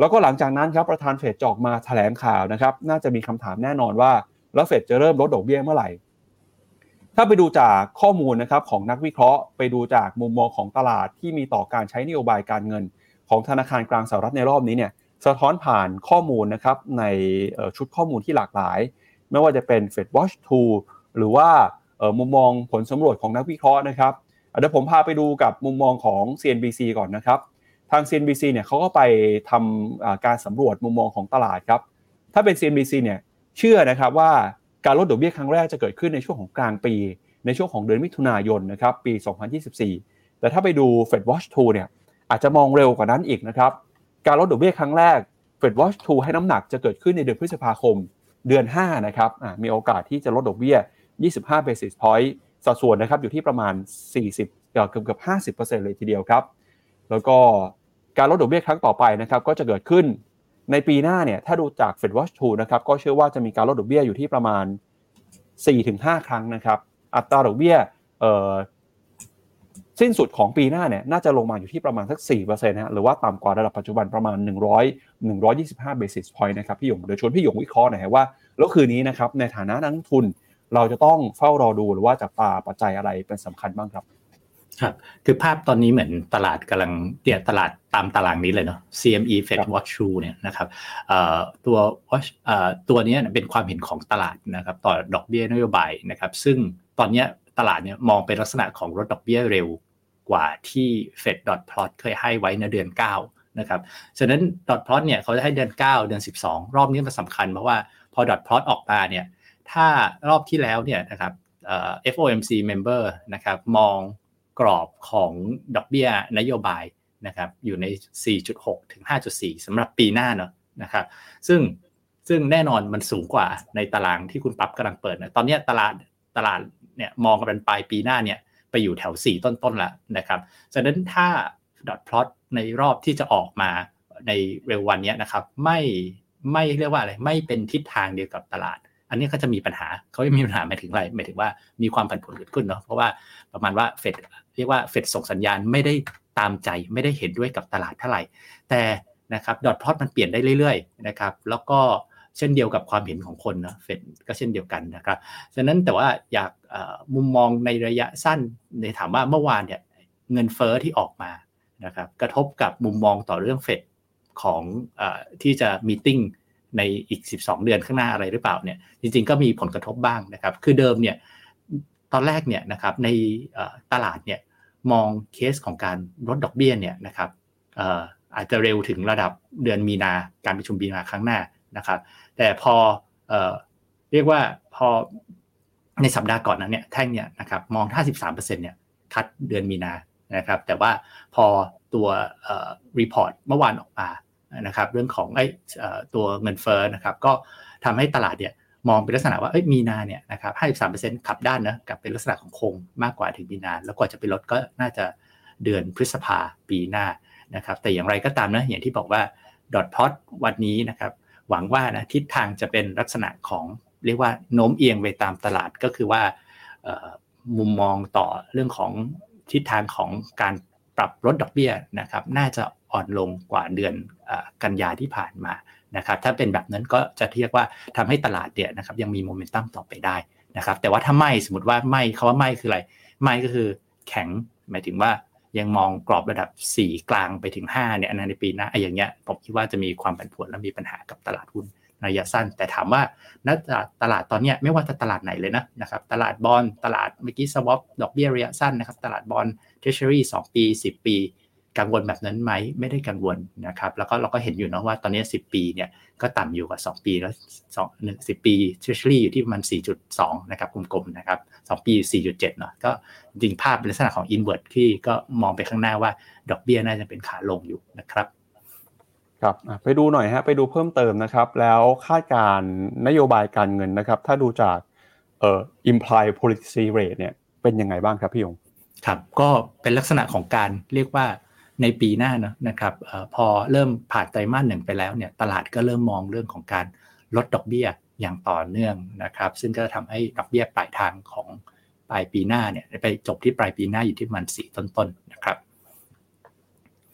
แล้วก็หลังจากนั้นครับประธานเฟดจะออกมาแถลงข่าวนะครับน่าจะมีคำถามแน่นอนว่าแล้วเฟดจะเริ่มลดดอกเบี้ยเมื่อไหร่ถ้าไปดูจากข้อมูลนะครับของนักวิเคราะห์ไปดูจากมุมมองของตลาดที่มีต่อการใช้นโยบายการเงินของธนาคารกลางสหรัฐในรอบนี้เนี่ยสะท้อนผ่านข้อมูลนะครับในชุดข้อมูลที่หลากหลายไม่ว่าจะเป็น Fed Watch ทู หรือว่ามุมมองผลสำรวจของนักวิเคราะห์นะครับเดี๋ยวผมพาไปดูกับมุมมองของ ซี เอ็น บี ซี ก่อนนะครับทาง ซี เอ็น บี ซี เนี่ยเขาก็ไปทำการสำรวจมุมมองของตลาดครับถ้าเป็น ซี เอ็น บี ซี เนี่ยเชื่อนะครับว่าการลดดอกเบี้ยครั้งแรกจะเกิดขึ้นในช่วงของกลางปีในช่วงของเดือนมิถุนายนนะครับปีสองพันยี่สิบสี่แต่ถ้าไปดู Fed Watch ทู เนี่ยอาจจะมองเร็วกว่านั้นอีกนะครับการลดดอกเบี้ยครั้งแรก Fed Watch ทู ให้น้ำหนักจะเกิดขึ้นในเดือนพฤษภาคมเดือนห้านะครับมีโอกาสที่จะลดดอกเบี้ยยี่สิบห้า basis point สัดส่วนนะครับอยู่ที่ประมาณสี่สิบเกือบเกือบ ห้าสิบเปอร์เซ็นต์ เลยทีเดียวครับแล้วก็การลดดอกเบี้ยครั้งต่อไปนะครับก็จะเกิดขึ้นในปีหน้าเนี่ยถ้าดูจาก Fed Watch ทู นะครับก็เชื่อว่าจะมีการลดดอกเบี้ยอยู่ที่ประมาณ สี่ถึงห้า ครั้งนะครับอัตราดอกเบี้ยเอ่อสิ้นสุดของปีหน้าเนี่ยน่าจะลงมาอยู่ที่ประมาณสัก สี่เปอร์เซ็นต์ นะฮะหรือว่าต่ำกว่าระดับปัจจุบันประมาณหนึ่งร้อย หนึ่งร้อยยี่สิบห้า basis point นะครับพี่หยงเดี๋ยวชวนพี่หยงวิเคราะห์หน่อยว่าแล้วคืนนี้นะครับในฐานะนักลงทุนเราจะต้องเฝ้ารอดูหรือว่าจับตาปัจจัยอะไรเป็นสำคัญบ้างครับครับคือภาพตอนนี้เหมือนตลาดกำลังเตี่ยตลาดตามตารางนี้เลยเนาะ ซี เอ็ม อี Fed Watch ทู เนี่ยนะครับตัว Watch ตัวนี้เป็นความเห็นของตลาดนะครับต่อดอกเบี้ยนโยบายนะครับซึ่งตอนนี้ตลาดเนี่ยมองเป็นลักษณะของลดดอกเบี้ยเร็วกว่าที่ Fed Dot Plot เคยให้ไว้ในเดือนเก้านะครับฉะนั้น Dot Plot เนี่ยเขาจะให้เดือนเก้าเดือนสิบสองรอบนี้มันสำคัญเพราะว่าพอ Dot Plot ออกมาเนี่ยถ้ารอบที่แล้วเนี่ยนะครับเอ่อ เอฟ โอ เอ็ม ซี member นะครับมองกรอบของดอกเบี้ยนโยบายนะครับอยู่ใน สี่จุดหก ถึง ห้าจุดสี่ สำหรับปีหน้าเนาะนะครับซึ่งซึ่งแน่นอนมันสูงกว่าในตารางที่คุณปั๊บกำลังเปิดนะตอนนี้ตลาดตลาดเนี่ยมองกันเป็นปลายปีหน้าเนี่ยไปอยู่แถวสี่ต้นๆแล้วนะครับฉะนั้นถ้า dot plot ในรอบที่จะออกมาในเร็ววันนี้นะครับไม่ไม่เรียกว่าอะไรไม่เป็นทิศทางเดียวกับตลาดอันนี้ก็จะมีปัญหาเขาไม่มีปัญหาหมายถึงอะไรหมายถึงว่ามีความผันผวนเกิดขึ้นเนาะเพราะว่าประมาณว่าเฟดเรียกว่าเฟดส่งสัญญาณไม่ได้ตามใจไม่ได้เห็นด้วยกับตลาดเท่าไหร่แต่นะครับดอทพลอตมันเปลี่ยนได้เรื่อยๆนะครับแล้วก็เช่นเดียวกับความเห็นของคนนะเฟดก็เช่นเดียวกันนะครับฉะนั้นแต่ว่าอยากมุมมองในระยะสั้นในถามว่าเมื่อวานเนี่ยเงินเฟ้อที่ออกมานะครับกระทบกับมุมมองต่อเรื่องเฟดของเอ่อที่จะมีติ้งในอีกสิบสองเดือนข้างหน้าอะไรหรือเปล่าเนี่ยจริงๆก็มีผลกระทบบ้างนะครับคือเดิมเนี่ยตอนแรกเนี่ยนะครับในตลาดเนี่ยมองเคสของการลดดอกเบี้ยเนี่ยนะครับอาจจะเร็วถึงระดับเดือนมีนาการประชุมมีนาครั้งหน้านะครับแต่พอเอ่อเรียกว่าพอในสัปดาห์ก่อนนั้นเนี่ยแท่งเนี่ยนะครับมอง ห้าสิบสามเปอร์เซ็นต์ เนี่ยคัดเดือนมีนานะครับแต่ว่าพอตัวเอ่อรีพอร์ตเมื่อวานออกมานะครับเรื่องของไอ้ตัวเงินเฟ้อนะครับก็ทำให้ตลาดเนี่ยมองเป็นลักษณะว่าเอ้ยมีนาเนี่ยนะครับ ห้าสิบสามเปอร์เซ็นต์ ขับด้านนะกับเป็นลักษณะของคงมากกว่าถึงมีนาแล้วกว่าจะไปลดก็น่าจะเดือนพฤษภาปีหน้านะครับแต่อย่างไรก็ตามนะอย่างที่บอกว่าดอทพลอตวันนี้นะครับหวังว่านะทิศทางจะเป็นลักษณะของเรียกว่าโน้มเอียงไปตามตลาดก็คือว่ามุมมองต่อเรื่องของทิศทางของการปรับลดดอกเบี้ยนะครับน่าจะอ่อนลงกว่าเดือนกันยาที่ผ่านมานะครับถ้าเป็นแบบนั้นก็จะเรียกว่าทำให้ตลาดเนี่ยนะครับยังมีโมเมนตัมต่อไปได้นะครับแต่ว่าถ้าไม่สมมติว่าไม่คำว่าไม่คืออะไรไม่ก็คือแข็งหมายถึงว่ายังมองกรอบระดับสี่กลางไปถึงห้าเนี่ยในปีหน้าไอ้อย่างเงี้ยผมคิดว่าจะมีความผันผวนและมีปัญหากับตลาดหุ้นระยะสั้นแต่ถามว่าณตลาดตอนนี้ไม่ว่าจะตลาดไหนเลยนะนะครับตลาดบอนด์ตลาดเมื่อกี้สวอปดอกเบี้ยระยะสั้นนะครับตลาดบอนด์เทรเชอรี่สองปีสิบปีกังวลแบบนั้นไหมไม่ได้กังวลนะครับแล้วก็เราก็เห็นอยู่นะว่าตอนนี้สิบปีเนี่ยก็ต่ำอยู่กว่าสองปีแล้วสอง หนึ่ง สิบปี Treasury อยู่ที่ประมาณ สี่จุดสอง นะครับกลมๆนะครับสองปี สี่จุดเจ็ด เนาะก็จริงภาพเป็นลักษณะของ invert ที่ก็มองไปข้างหน้าว่าดอกเบี้ยน่าจะเป็นขาลงอยู่นะครับครับไปดูหน่อยฮะไปดูเพิ่มเติมนะครับแล้วคาดการณ์นโยบายการเงินนะครับถ้าดูจากเอ่อ implied policy rate เนี่ยเป็นยังไงบ้างครับพี่ยงครับก็เป็นลักษณะของการเรียกว่าในปีหน้านะนะครับเอ่อพอเริ่มผ่านไตรมาสหนึ่งไปแล้วเนี่ยตลาดก็เริ่มมองเรื่องของการลดดอกเบี้ยอย่างต่อเนื่องนะครับซึ่งก็ทำให้ดอกเบี้ยปลายทางของปลายปีหน้าเนี่ยไปจบที่ปลายปีหน้าอยู่ที่ประมาณสี่ต้นๆนะครับ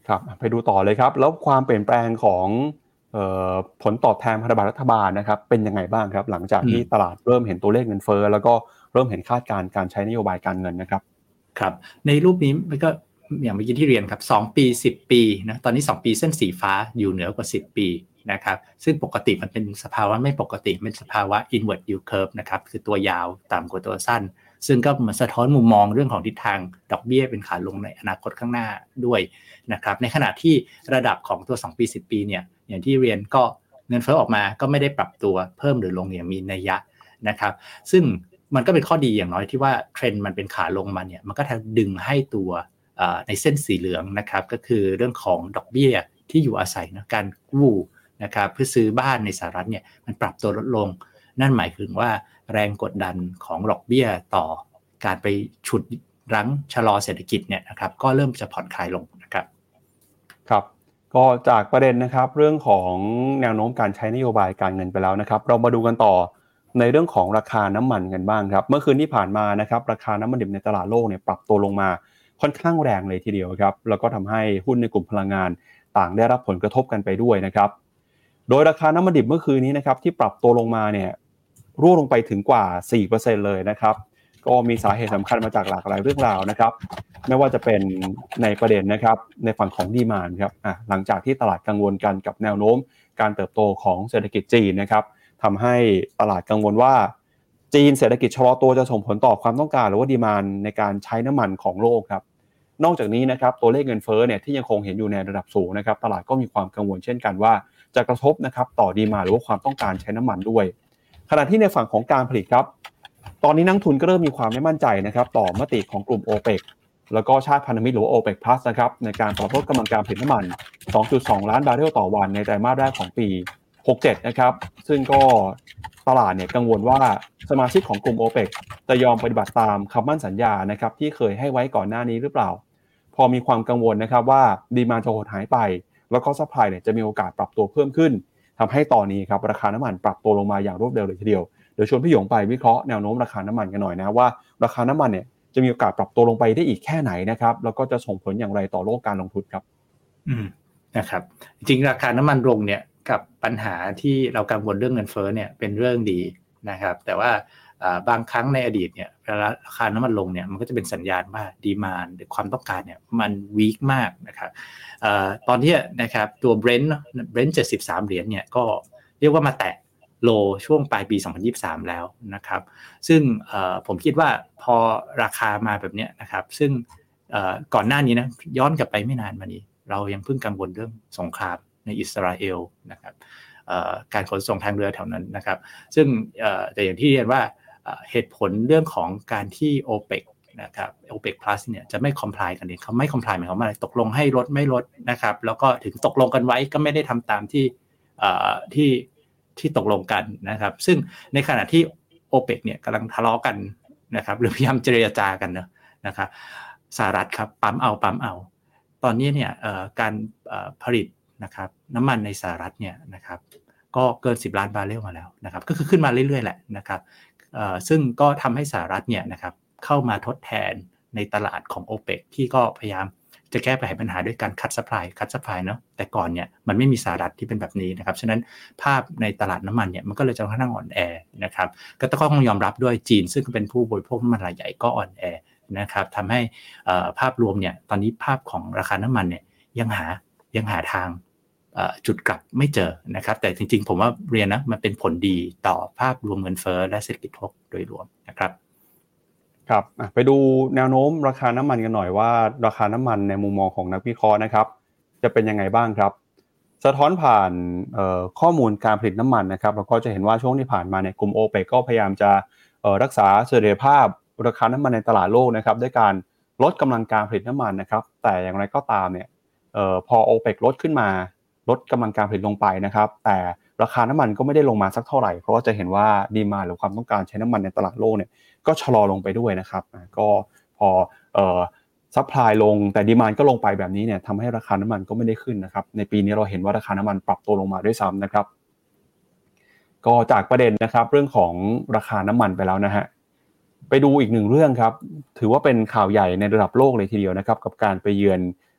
ครับไปดูต่อเลยครับแล้วความเปลี่ยนแปลงของเอ่อผลตอบแทนพันธบัตรรัฐบาลนะครับเป็นยังไงบ้างครับหลังจากที่ตลาดเริ่มเห็นตัวเลขเงินเฟ้อแล้วก็เริ่มเห็นคาดการณ์การใช้นโยบายการเงินนะครับครับในรูปนี้มันก็อย่างเมื่อกี้ที่เรียนครับสองปีสิบปีนะตอนนี้สองปีเส้นสีฟ้าอยู่เหนือกว่าสิบปีนะครับซึ่งปกติมันเป็นสภาวะไม่ปกติเป็นสภาวะ inward yield curve นะครับคือตัวยาวต่ำกว่าตัวสั้นซึ่งก็เหมือนสะท้อนมุมมองเรื่องของทิศทางดอกเบี้ยเป็นขาลงในอนาคตข้างหน้าด้วยนะครับในขณะที่ระดับของตัวสองปีสิบปีเนี่ยอย่างที่เรียนก็เงินเฟ้อออกมาก็ไม่ได้ปรับตัวเพิ่มหรือลงอย่างมีนัยยะนะครับซึ่งมันก็เป็นข้อดีอย่างน้อยที่ว่าเทรนด์มันเป็นขาลงมาเนี่ยมันก็ทำดึงให้ตัวในเส้นสีเหลืองนะครับก็คือเรื่องของดอกเบี้ยที่อยู่อาศัยนะการกู้นะครับเพื่อซื้อบ้านในสหรัฐเนี่ยมันปรับตัวลดลงนั่นหมายถึงว่าแรงกดดันของดอกเบี้ยต่อการไปฉุดรั้งชะลอเศรษฐกิจเนี่ยนะครับก็เริ่มจะผ่อนคลายลงนะครับครับก็จากประเด็นนะครับเรื่องของแนวโน้มการใช้นโยบายการเงินไปแล้วนะครับเรามาดูกันต่อในเรื่องของราคาน้ำมันกันบ้างครับเมื่อคืนที่ผ่านมานะครับราคาน้ำมันดิบในตลาดโลกเนี่ยปรับตัวลงมาค่อนข้างแรงเลยทีเดียวครับแล้วก็ทำให้หุ้นในกลุ่มพลังงานต่างได้รับผลกระทบกันไปด้วยนะครับโดยราคาน้ำมันดิบเมื่อคืนนี้นะครับที่ปรับตัวลงมาเนี่ยร่วงลงไปถึงกว่า สี่เปอร์เซ็นต์ เลยนะครับก็มีสาเหตุสำคัญมาจากหลากหลายเรื่องราวนะครับไม่ว่าจะเป็นในประเด็นนะครับในฝั่งของดีมานด์ครับอ่ะหลังจากที่ตลาดกังวลกันกับแนวโน้มการเติบโตของเศรษฐกิจจีนนะครับทำให้ตลาดกังวลว่าจีนเศรษฐกิจชะลอตัวจะส่งผลต่อความต้องการหรือว่าดีมานด์ในการใช้น้ำมันของโลกครับนอกจากนี้นะครับตัวเลขเงินเฟ้อเนี่ยที่ยังคงเห็นอยู่ในระดับสูงนะครับตลาดก็มีความกังวลเช่นกันว่าจะกระทบนะครับต่อดีมานด์หรือว่าความต้องการใช้น้ำมันด้วยขณะที่ในฝั่งของการผลิตครับตอนนี้นักทุนก็เริ่มมีความไม่มั่นใจนะครับต่อมติของกลุ่ม โอเปก แล้วก็ชาติพันธมิตรหรือว่า โอเปก Plus นะครับในการปรับลดกำลังการผลิตน้ำมัน สองจุดสอง ล้านบาร์เรลต่อวันในไตรมาสแรกของปีหกสิบเจ็ดนะครับซึ่งก็ตลาดเนี่ยกังวลว่าสมาชิกของกลุ่ม โอเปก จะยอมปฏิบัติตามคำมั่นสัญญานะครับที่เคยให้ไว้ก่อนหน้านี้หรือเปล่าพอมีความกังวลนะครับว่าดีมานด์จะหดหายไปแล้วก็ซัพพลายเนี่ยจะมีโอกาสปรับตัวเพิ่มขึ้นทำให้ตอนนี้ครับราคาน้ำมันปรับตัวลงมาอย่างรวดเร็วเลยทีเดียวเดี๋ยวชวนพี่หยงไปวิเคราะห์แนวโน้มราคาน้ำมันกันหน่อยนะว่าราคาน้ำมันเนี่ยจะมีโอกาสปรับตัวลงไปได้อีกแค่ไหนนะครับแล้วก็จะส่งผลอย่างไรต่อโลกการลงทุนครับอืมนะครับจริงราคาน้ำมันลงเนี่ยกับปัญหาที่เรากังวลเรื่องเงินเฟ้อเนี่ยเป็นเรื่องดีนะครับแต่ว่าบางครั้งในอดีตเนี่ยเวลาราคาน้ำมันลงเนี่ยมันก็จะเป็นสัญญาณว่าดีมานด์หรือความต้องการเนี่ยมันวีคมากนะครับตอนนี้นะครับตัว Brent Brent เจ็ดสิบสามเหรียญเนี่ยก็เรียกว่ามาแตะโลช่วงปลายปีสองพันยี่สิบสามแล้วนะครับซึ่งผมคิดว่าพอราคามาแบบนี้นะครับซึ่งก่อนหน้านี้นะย้อนกลับไปไม่นานมานี้เรายังเพิ่งกังวลเรื่องสงครามในอิสราเอลนะครับการขนส่งทางเรือแถวนั้นนะครับซึ่งแต่อย่างที่เรียนว่าเหตุผลเรื่องของการที่ โอเปก นะครับ โอเปก Plus เนี่ยจะไม่ comply กันเองเขาไม่ comply หมายความว่าอะไรตกลงให้ลดไม่ลดนะครับแล้วก็ถึงตกลงกันไว้ก็ไม่ได้ทำตามที่ที่ที่ตกลงกันนะครับซึ่งในขณะที่ โอเปก เนี่ยกำลังทะเลาะกันนะครับหรือพยายามเจรจากันนะนะครับสหรัฐครับปั๊มเอาปั๊มเอาตอนนี้เนี่ยการผลิตนะครับน้ำมันในสหรัฐเนี่ยนะครับก็เกินสิบล้านบาร์เรลมาแล้วนะครับก็คือขึ้นมาเรื่อยๆแหละนะครับซึ่งก็ทำให้สหรัฐเนี่ยนะครับเข้ามาทดแทนในตลาดของ โอเปก ที่ก็พยายามจะแก้ปัญหาด้วยการคัดซัพพลายคัดซัพพลายเนาะแต่ก่อนเนี่ยมันไม่มีสหรัฐที่เป็นแบบนี้นะครับฉะนั้นภาพในตลาดน้ำมันเนี่ยมันก็เลยจะค่อนข้างอ่อนแอนะครับก็ต้องยอมรับด้วยจีนซึ่งเป็นผู้บริโภคน้ำมันรายใหญ่ก็อ่อนแอนะครับทำให้ภาพรวมเนี่ยตอนนี้ภาพของราคาน้ำมันเนี่ยยังหายังหาทางจุดกลับไม่เจอนะครับแต่จริงๆผมว่าเรียนนะมันเป็นผลดีต่อภาพรวมเงินเฟ้อและเศรษฐกิจโลกโดยรวมนะครับครับไปดูแนวโน้มราคาน้ำมันกันหน่อยว่าราคาน้ำมันในมุมมองของนักวิเคราะห์นะครับจะเป็นยังไงบ้างครับสะท้อนผ่านข้อมูลการผลิตน้ำมันนะครับเราก็จะเห็นว่าช่วงที่ผ่านมาเนี่ยกลุ่ม โอเปก ก็พยายามจะรักษาเสถียรภาพราคาน้ำมันในตลาดโลกนะครับด้วยการลดกำลังการผลิตน้ำมันนะครับแต่อย่างไรก็ตามเนี่ยพอ โอเปก ลดขึ้นมาลดกำลังการผลิตลงไปนะครับแต่ราคาน้ำมันก็ไม่ได้ลงมาสักเท่าไหร่เพราะว่าจะเห็นว่าดีมานด์หรือความต้องการใช้น้ำมันในตลาดโลกเนี่ยก็ชะลอลงไปด้วยนะครับก็พอเอ่อซัพพลายลงแต่ดีมานด์ก็ลงไปแบบนี้เนี่ยทำให้ราคาน้ำมันก็ไม่ได้ขึ้นนะครับในปีนี้เราเห็นว่าราคาน้ำมันปรับตัวลงมาด้วยซ้ำนะครับก็จากประเด็นนะครับเรื่องของราคาน้ำมันไปแล้วนะฮะไปดูอีกหนึ่งเรื่องครับถือว่าเป็นข่าวใหญ่ในระดับโลกเลยทีเดียวนะครับกับการไปเยือน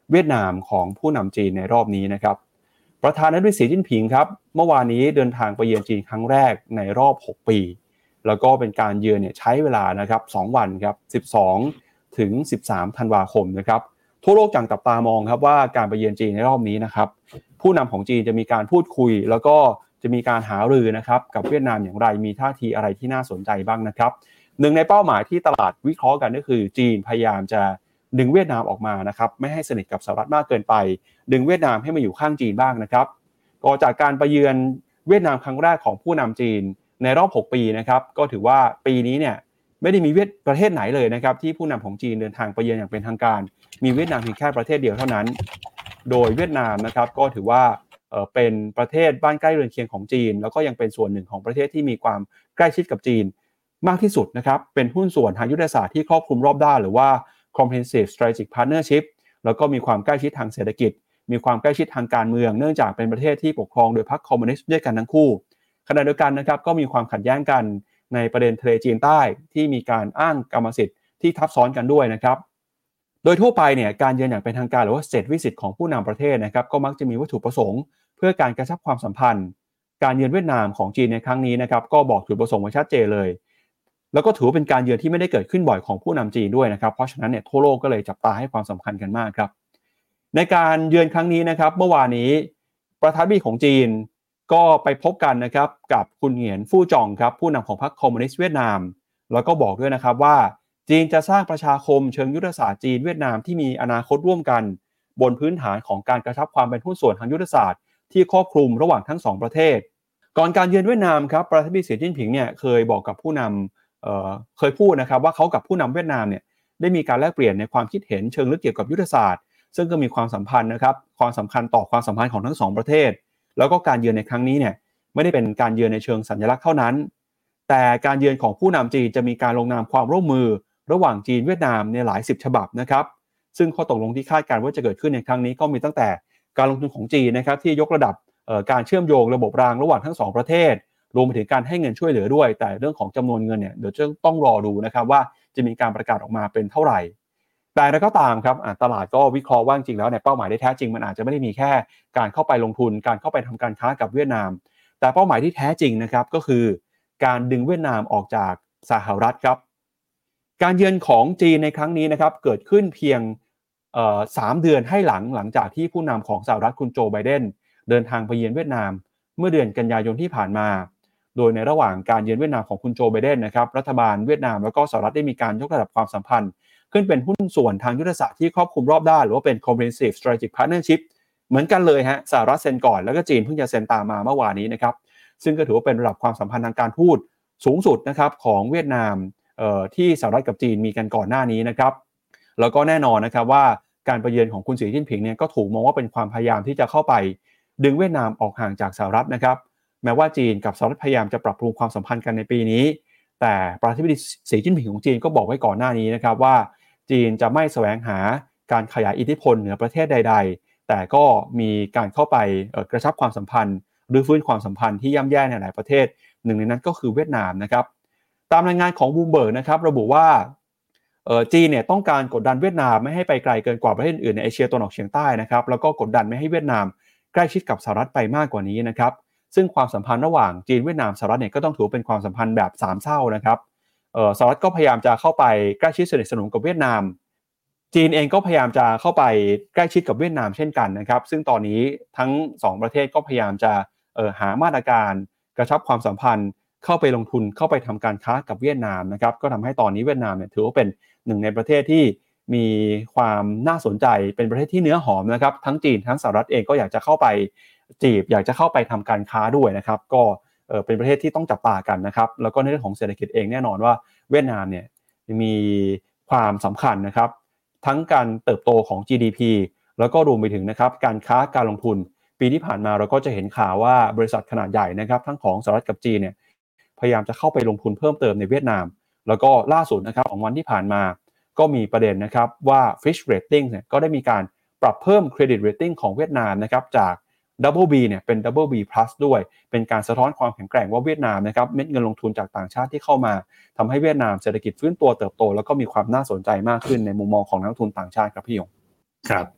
เวียดนามของผู้นำจีนในรอบนี้นะครับประธานาธิบดีสีจิ้นผิงครับเมื่อวานนี้เดินทางไปเยือนจีนครั้งแรกในรอบหกปีแล้วก็เป็นการเยือนเนี่ยใช้เวลานะครับสองวันครับสิบสองถึงสิบสามธันวาคมนะครับทั่วโลกจับตามองครับว่าการไปเยือนจีนในรอบนี้นะครับผู้นำของจีนจะมีการพูดคุยแล้วก็จะมีการหารือนะครับกับเวียดนามอย่างไรมีท่าทีอะไรที่น่าสนใจบ้างนะครับหนึ่งในเป้าหมายที่ตลาดวิเคราะห์กันก็คือจีนพยายามจะดึงเวียดนามออกมานะครับไม่ให้สนิทกับสหรัฐมากเกินไปดึงเวียดนามให้มาอยู่ข้างจีนบ้างนะครับก็จากการไปเยือนเวียดนามครั้งแรกของผู้นำจีนในรอบหกปีนะครับก็ถือว่าปีนี้เนี่ยไม่ได้มีเวียดประเทศไหนเลยนะครับที่ผู้นำของจีนเดินทางไปเยือนอย่างเป็นทางการมีเวียดนามเพียงแค่ประเทศเดียวเท่านั้นโดยเวียดนามนะครับก็ถือว่าเอ่อเป็นประเทศบ้านใกล้เรือนเคียงของจีนแล้วก็ยังเป็นส่วนหนึ่งของประเทศที่มีความใกล้ชิดกับจีนมากที่สุดนะครับเป็นหุ้นส่วนทางยุทธศาสตร์ที่ครอบคลุมรอบด้านหรือว่า comprehensive strategic partnership แล้วก็มีความใกล้ชิดทางเศรษฐกิจมีความใกล้ชิดทางการเมืองเนื่องจากเป็นประเทศที่ปกครองโดยพรรคคอมมิวนิสต์ด้วยกันทั้งคู่ขณะเดียวกันนะครับก็มีความขัดแย้งกันในประเด็นทะเลจีนใต้ที่มีการอ้างกรรมสิทธิ์ที่ทับซ้อนกันด้วยนะครับโดยทั่วไปเนี่ยการเยือนอย่างเป็นทางการหรือว่า state visit ของผู้นำประเทศนะครับก็มักจะมีวัตถุประสงค์เพื่อการกระชับความสัมพันธ์การเยือนเวียดนามของจีนในครั้งนี้นะครับก็บอกจุดประสงค์ไว้ชัดเจนเลยแล้วก็ถือว่าเป็นการเยือนที่ไม่ได้เกิดขึ้นบ่อยของผู้นำจีนด้วยนะครับเพราะฉะนั้นเนี่ยทั่วโลกก็เลยจับตาให้ความสำคัญกันมากครับในการเยือนครั้งนี้นะครับเมื่อวานนี้ประธานาธิบดีของจีนก็ไปพบกันนะครับกับคุณเหงียนฟู่จองครับผู้นำของพรรคคอมมิวนิสต์เวียดนามแล้วก็บอกด้วยนะครับว่าจีนจะสร้างประชาคมเชิงยุทธศาสตร์จีนเวียดนามที่มีอนาคตร่วมกันบนพื้นฐานของการกระชับความเป็นหุ้นส่วนทางยุทธศาสตร์ที่ครอบคลุมระหว่างทั้งสองประเทศก่อนการเยือนเวียดนามครับประธานาธิบดีสีจิ้นผิงเนี่ยเคยบอกกับผู้นำเอ่อเคยพูดนะครับว่าเขากับผู้นำเวียดนามเนี่ยได้มีการแลกเปลี่ยนในความคิดเห็นเชิงลึกเกี่ยวกับยุทธศาสตร์ซึ่งก็มีความสัมพันธ์นะครับความสำคัญต่อความสัมพันธ์ของทั้งสองประเทศแล้วก็การเยือนในครั้งนี้เนี่ยไม่ได้เป็นการเยือนในเชิงสัญลักษณ์เท่านั้นแต่การเยือนของผู้นำจีนจะมีการลงนามความร่วมมือระหว่างจีนเวียดนามในหลายสิบฉบับนะครับซึ่งข้อตกลงที่คาดการณ์ว่าจะเกิดขึ้นในครั้งนี้ก็มีตั้งแต่การลงทุนของจีนนะครับที่ยกระดับการเชื่อมโยงระบบรางระหว่างทั้งสองประเทศรวมไปถึงการให้เงินช่วยเหลือด้วยแต่เรื่องของจำนวนเงินเนี่ยเดี๋ยวจะต้องรอดูนะครับว่าจะมีการประกาศออกมาเป็นเท่าไหร่แต่แล้วก็ตามครับตลาดก็วิเคราะห์ว่าจริงแล้วเนี่ยเป้าหมายที่แท้จริงมันอาจจะไม่ได้มีแค่การเข้าไปลงทุนการเข้าไปทำการค้ากับเวียดนามแต่เป้าหมายที่แท้จริงนะครับก็คือการดึงเวียดนามออกจากสหรัฐครับการเยือนของจีนในครั้งนี้นะครับเกิดขึ้นเพียงเอ่อสามเดือนให้หลังหลังจากที่ผู้นำของสหรัฐคุณโจไบเดนเดินทางไปเยือนเวียดนามเมื่อเดือนกันยายนที่ผ่านมาโดยในระหว่างการเยือนเวียดนามของคุณโจไบเดนนะครับรัฐบาลเวียดนามแล้วก็สหรัฐได้มีการยกระดับความสัมพันธ์ขึ้นเป็นหุ้นส่วนทางยุทธศาสตร์ที่ครอบคลุมรอบด้านหรือว่าเป็น comprehensive strategic partnership เหมือนกันเลยฮะสหรัฐเซ็นก่อนแล้วก็จีนเพิ่งจะเซ็นตามมาเมื่อวานนี้นะครับซึ่งก็ถือว่าเป็นระดับความสัมพันธ์ทางการทูตสูงสุดนะครับของเวียดนามเอ่อที่สหรัฐกับจีนมีกันก่อนหน้านี้นะครับแล้วก็แน่นอนนะครับว่าการไปเยือนของคุณสีจิ้นผิงเนี่ยก็ถูกมองว่าเป็นความพยายามที่จะเข้าไปดึงเวียดนามออกห่างจากสหรัฐนะครับแม้ว่าจีนกับสหรัฐพยายามจะปรับปรุงความสัมพันธ์กันในปีนี้แต่ประธานาธิบดีสีจิ้นผิงของจีนก็บอกไว้ก่อนหน้านี้นะครับว่าจีนจะไม่แสวงหาการขยายอิทธิพลเหนือประเทศใดๆแต่ก็มีการเข้าไปกระชับความสัมพันธ์หรือฟื้นความสัมพันธ์ที่ย่ำแย่ในหลายประเทศหนึ่งในนั้นก็คือเวียดนามนะครับตามรายงานของบูมเบิร์กนะครับระบุว่าจีนเนี่ยต้องการกดดันเวียดนามไม่ให้ไปไกลเกินกว่าประเทศอื่นในเอเชียตะวันออกเฉียงใต้นะครับแล้วก็กดดันไม่ให้เวียดนามใกล้ชิดกับสหรัฐไปมากกว่านี้นะครับซึ่งความสัมพันธ์ระหว่างจีนเวียดนามสหรัฐเนี่ยก็ต้องถือเป็นความสัมพันธ์แบบสามเศร้านะครับสหรัฐก็พยายามจะเข้าไปใกล้ชิดสนิทสนมกับเวียดนามจีนเองก็พยายามจะเข้าไปใกล้ชิดกับเวียดนามเช่นกันนะครับซึ่งตอนนี้ทั้งสองประเทศก็พยายามจะหามาตรการกระชับความสัมพันธ์เข้าไปลงทุนเข้าไปทำการค้ากับเวียดนามนะครับก็ทำให้ตอนนี้เวียดนามเนี่ยถือว่าเป็นหนึ่งในประเทศที่มีความน่าสนใจเป็นประเทศที่เนื้อหอมนะครับทั้งจีนทั้งสหรัฐเองก็อยากจะเข้าไปจีบอยากจะเข้าไปทำการค้าด้วยนะครับก็เอ่อเป็นประเทศที่ต้องจับตากันนะครับแล้วก็ในเรื่องของเศรษฐกิจเองแน่นอนว่าเวียดนามเนี่ยมีความสำคัญนะครับทั้งการเติบโตของ จี ดี พี แล้วก็รวมไปถึงนะครับการค้าการลงทุนปีที่ผ่านมาเราก็จะเห็นข่าวว่าบริษัทขนาดใหญ่นะครับทั้งของสหรัฐกับจีนเนี่ยพยายามจะเข้าไปลงทุนเพิ่มเติมในเวียดนามแล้วก็ล่าสุดนะครับของวันที่ผ่านมาก็มีประเด็นนะครับว่า Fitch Ratings เนี่ยก็ได้มีการปรับเพิ่ม Credit Rating ของเวียดนามนะครับจาก Double B เนี่ยเป็น Double B Plus ด้วยเป็นการสะท้อนความแข็งแกร่งว่าเวียดนามนะครับเม็ดเงินลงทุนจากต่างชาติที่เข้ามาทำให้เวียดนามเศรษฐกิจฟื้นตัวเติบโตแล้วก็มีความน่าสนใจมากขึ้นในมุมมองของนักลงทุนต่างชาติครับพี่ยงครับ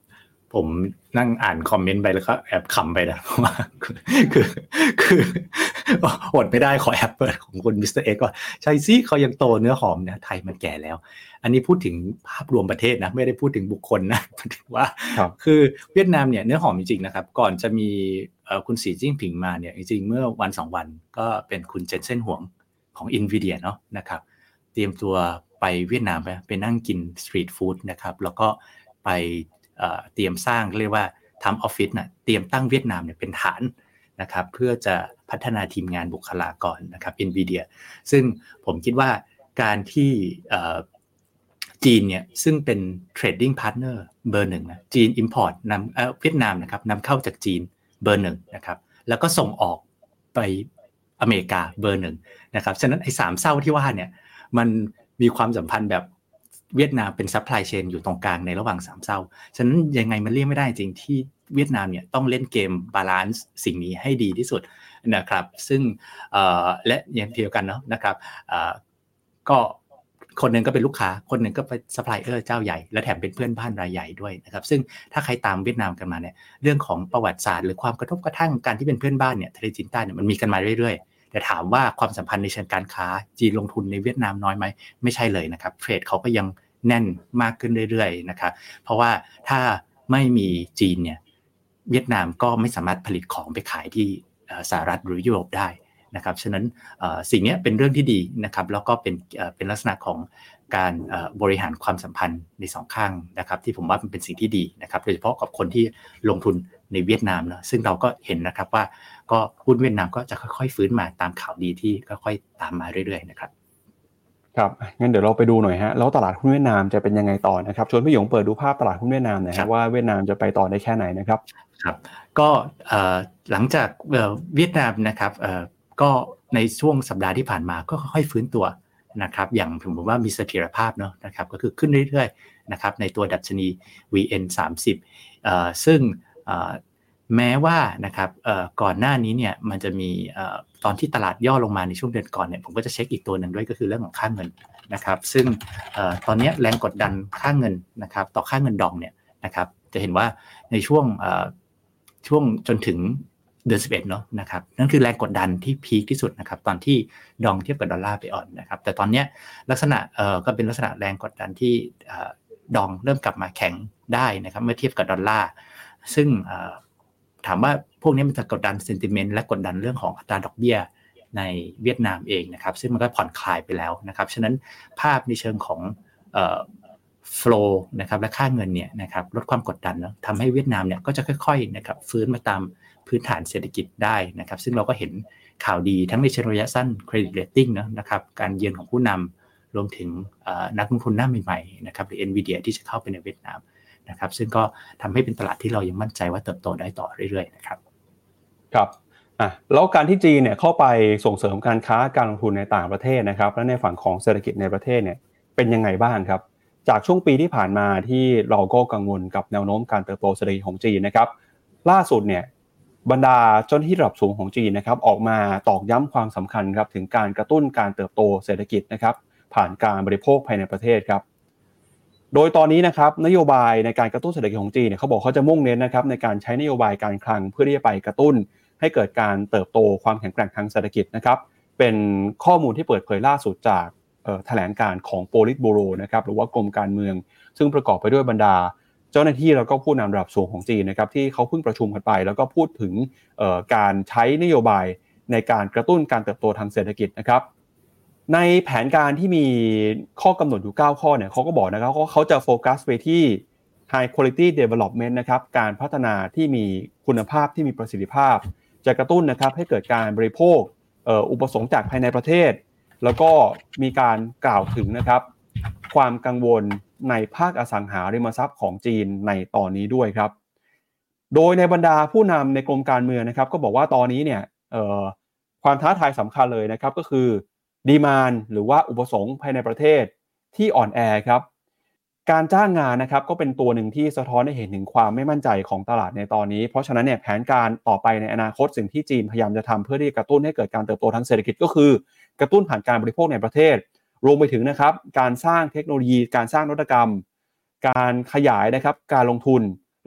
ผมนั่งอ่านคอมเมนต์ไปแล้วก็แอบขำไปนะว่าคือคืออดไม่ได้ขอแอบเปิดของคุณมิสเตอร์เอ็กซ์ว่าใช่สิเขายังโตเนื้อหอมนะไทยมันแก่แล้วอันนี้พูดถึงภาพรวมประเทศนะไม่ได้พูดถึงบุคคลนะถึงว่าคือเวียดนามเนี่ยเนื้อหอมจริงๆนะครับก่อนจะมีคุณสีจิ้งผิงมาเนี่ยจริงๆเมื่อวันสองวันก็เป็นคุณเจนเซ่นหวงของ Nvidia เนาะนะครับเตรียมตัวไปเวียดนามไปไปนั่งกินสตรีทฟู้ดนะครับแล้วก็ไปเตรียมสร้างเรียกว่าทำออฟฟิศนะเตรียมตั้งเวียดนามเนี่ยเป็นฐานนะครับเพื่อจะพัฒนาทีมงานบุคลากรนะครับ Nvidia ซึ่งผมคิดว่าการที่จีนเนี่ยซึ่งเป็น trading partner เบอร์หนึ่งนะจีน import นำเอ่อเวียดนามนะครับนำเข้าจากจีนเบอร์หนึ่งนะครับแล้วก็ส่งออกไปอเมริกาเบอร์หนึ่งนะครับฉะนั้นไอ้สามเศร้าที่ว่าเนี่ยมันมีความสัมพันธ์แบบเวียดนามเป็นซัพพลายเชนอยู่ตรงกลางในระหว่างสามเศร้าฉะนั้นยังไงมันเลี่ยงไม่ได้จริงที่เวียดนามเนี่ยต้องเล่นเกมบาลานซ์สิ่งนี้ให้ดีที่สุดนะครับซึ่งและอย่างเดียวกันเนาะนะครับก็คนหนึ่งก็เป็นลูกค้าคนหนึ่งก็เป็นซัพพลายเออร์เจ้าใหญ่และแถมเป็นเพื่อนบ้านรายใหญ่ด้วยนะครับซึ่งถ้าใครตามเวียดนามกันมาเนี่ยเรื่องของประวัติศาสตร์หรือความกระทบกระทั่งการที่เป็นเพื่อนบ้านเนี่ยทะเลจีนใต้เนี่ยมันมีกันมาเรื่อยๆแต่ถามว่าความสัมพันธ์ในเชิงการค้าจีนลงทุนในเวียดนามน้อยไหมไม่ใช่เลยนะครับเทรดเขาก็ยังแน่นมากขึ้นเรื่อยๆนะครับเพราะว่าถ้าไม่มีจีนเนี่ยเวียดนามก็ไม่สามารถผลิตของไปขายที่สหรัฐหรือยุโรปได้นะครับฉะนั้นสิ่งนี้เป็นเรื่องที่ดีนะครับแล้วก็เป็นเป็นลักษณะของการบริหารความสัมพันธ์ในสองข้างนะครับที่ผมว่ามันเป็นสิ่งที่ดีนะครับโดยเฉพาะกับคนที่ลงทุนในเวียดนามนะซึ่งเราก็เห็นนะครับว่าก็หุ้นเวียดนามก็จะค่อยๆฟื้นมาตามข่าวดีที่ค่อยๆตามมาเรื่อยๆนะครับครับงั้นเดี๋ยวเราไปดูหน่อยฮะแล้วตลาดหุ้นเวียดนามจะเป็นยังไงต่อนะครับชวนพี่หยงเปิดดูภาพตลาดหุ้นเวียดนามหน่อยครับว่าเวียดนามจะไปต่อได้แค่ไหนนะครับครับก็หลังจากเวียดนามนะครับก็ในช่วงสัปดาห์ที่ผ่านมาก็ค่อยๆฟื้นตัวนะครับอย่างผมบอกว่ามีเสถียรภาพเนาะนะครับก็คือขึ้นเรื่อยๆนะครับในตัวดัชนี วี เอ็น สามสิบเอ่อซึ่งเอ่อแม้ว่านะครับเอ่อก่อนหน้านี้เนี่ยมันจะมีเอ่อตอนที่ตลาดย่อลงมาในช่วงเดือนก่อนเนี่ยผมก็จะเช็คอีกตัวหนึ่งด้วยก็คือเรื่องของค่าเงินนะครับซึ่งเอ่อตอนนี้แรงกดดันค่าเงินนะครับต่อค่าเงินดองเนี่ยนะครับจะเห็นว่าในช่วงเอ่อช่วงจนถึงเดือนสิบเอ็ดเนาะนะครับนั่นคือแรงกดดันที่พีคที่สุดนะครับตอนที่ดองเทียบกับดอลลาร์ไปอ่อนนะครับแต่ตอนนี้ลักษณะเอ่อก็เป็นลักษณะแรงกดดันที่เอ่อดองเริ่มกลับมาแข็งได้นะครับเมื่อเทียบกับดอลลาร์ซึ่งเอ่อถามว่าพวกนี้มันจะกดดันเซนติเมนต์และกดดันเรื่องของอัตราดอกเบี้ยในเวียดนามเองนะครับซึ่งมันก็ผ่อนคลายไปแล้วนะครับฉะนั้นภาพในเชิงของเอ่อโฟลว์นะครับและค่าเงินเนี่ยนะครับลดความกดดันเนาะทำให้เวียดนามเนี่ยก็จะค่อยๆนะครับฟื้นมาตามพื้นฐานเศรษฐกิจได้นะครับซึ่งเราก็เห็นข่าวดีทั้งในเชิงระยะสั้น credit rating นะนะครับการเยือนของผู้นำรวมถึงนักลงทุนหน้าใหม่ๆนะครับหรือ Nvidia ที่จะเข้าไปในเวียดนามนะครับซึ่งก็ทำให้เป็นตลาดที่เรายังมั่นใจว่าเติบโตได้ต่อเรื่อยๆนะครับครับอ่ะแล้วการที่จีนเนี่ยเข้าไปส่งเสริมการค้าการลงทุนในต่างประเทศนะครับและในฝั่งของเศรษฐกิจในประเทศเนี่ยเป็นยังไงบ้างครับจากช่วงปีที่ผ่านมาที่เราก็กังวลกับแนวโน้มการเติบโตเศรษฐกิจของจีนนะครับล่าสุดเนี่ยบรรดาเจ้าหน้าที่ระดับสูงของจีนนะครับออกมาตอกย้ำความสำคัญครับถึงการกระตุ้นการเติบโตเศรษฐกิจนะครับผ่านการบริโภคภายในประเทศครับโดยตอนนี้นะครับนโยบายในการกระตุ้นเศรษฐกิจของจีนเนี่ยเขาบอกเขาจะมุ่งเน้นนะครับในการใช้นโยบายการคลังเพื่อที่จะไปกระตุ้นให้เกิดการเติบโตความแข็งแกร่งทางเศรษฐกิจนะครับเป็นข้อมูลที่เปิดเผยล่าสุดจากแถลงการของโพลิตบูโรนะครับหรือว่ากรมการเมืองซึ่งประกอบไปด้วยบรรดาเจ้าหน้าที่แล้วก็ผู้นำระดับสูงของจีนนะครับที่เขาเพิ่งประชุมกันไปแล้วก็พูดถึงการใช้นโยบายในการกระตุ้นการเติบโตทางเศรษฐกิจนะครับในแผนการที่มีข้อกำหนดอยู่เก้าข้อเนี่ยเขาก็บอกนะครับว่าเขาจะโฟกัสไปที่ high quality development นะครับการพัฒนาที่มีคุณภาพที่มีประสิทธิภาพจะกระตุ้นนะครับให้เกิดการบริโภคอุปสงค์จากภายในประเทศแล้วก็มีการกล่าวถึงนะครับความกังวลในภาคอสังหาริมทรัพย์ของจีนในตอนนี้ด้วยครับโดยในบรรดาผู้นำในกรมการเมืองนะครับก็บอกว่าตอนนี้เนี่ยความท้าทายสำคัญเลยนะครับก็คือดีมานด์หรือว่าอุปสงค์ภายในประเทศที่อ่อนแอครับการจ้างงานนะครับก็เป็นตัวหนึ่งที่สะท้อนให้เห็นถึงความไม่มั่นใจของตลาดในตอนนี้เพราะฉะนั้นเนี่ยแผนการต่อไปในอนาคตสิ่งที่จีนพยายามจะทำเพื่อที่จะกระตุ้นให้เกิดการเติบโตทางเศรษฐกิจก็คือกระตุ้นผ่านการบริโภคในประเทศรวมไปถึงนะครับการสร้างเทคโนโลยีการสร้างนวัตกรรมการขยายนะครับการลงทุน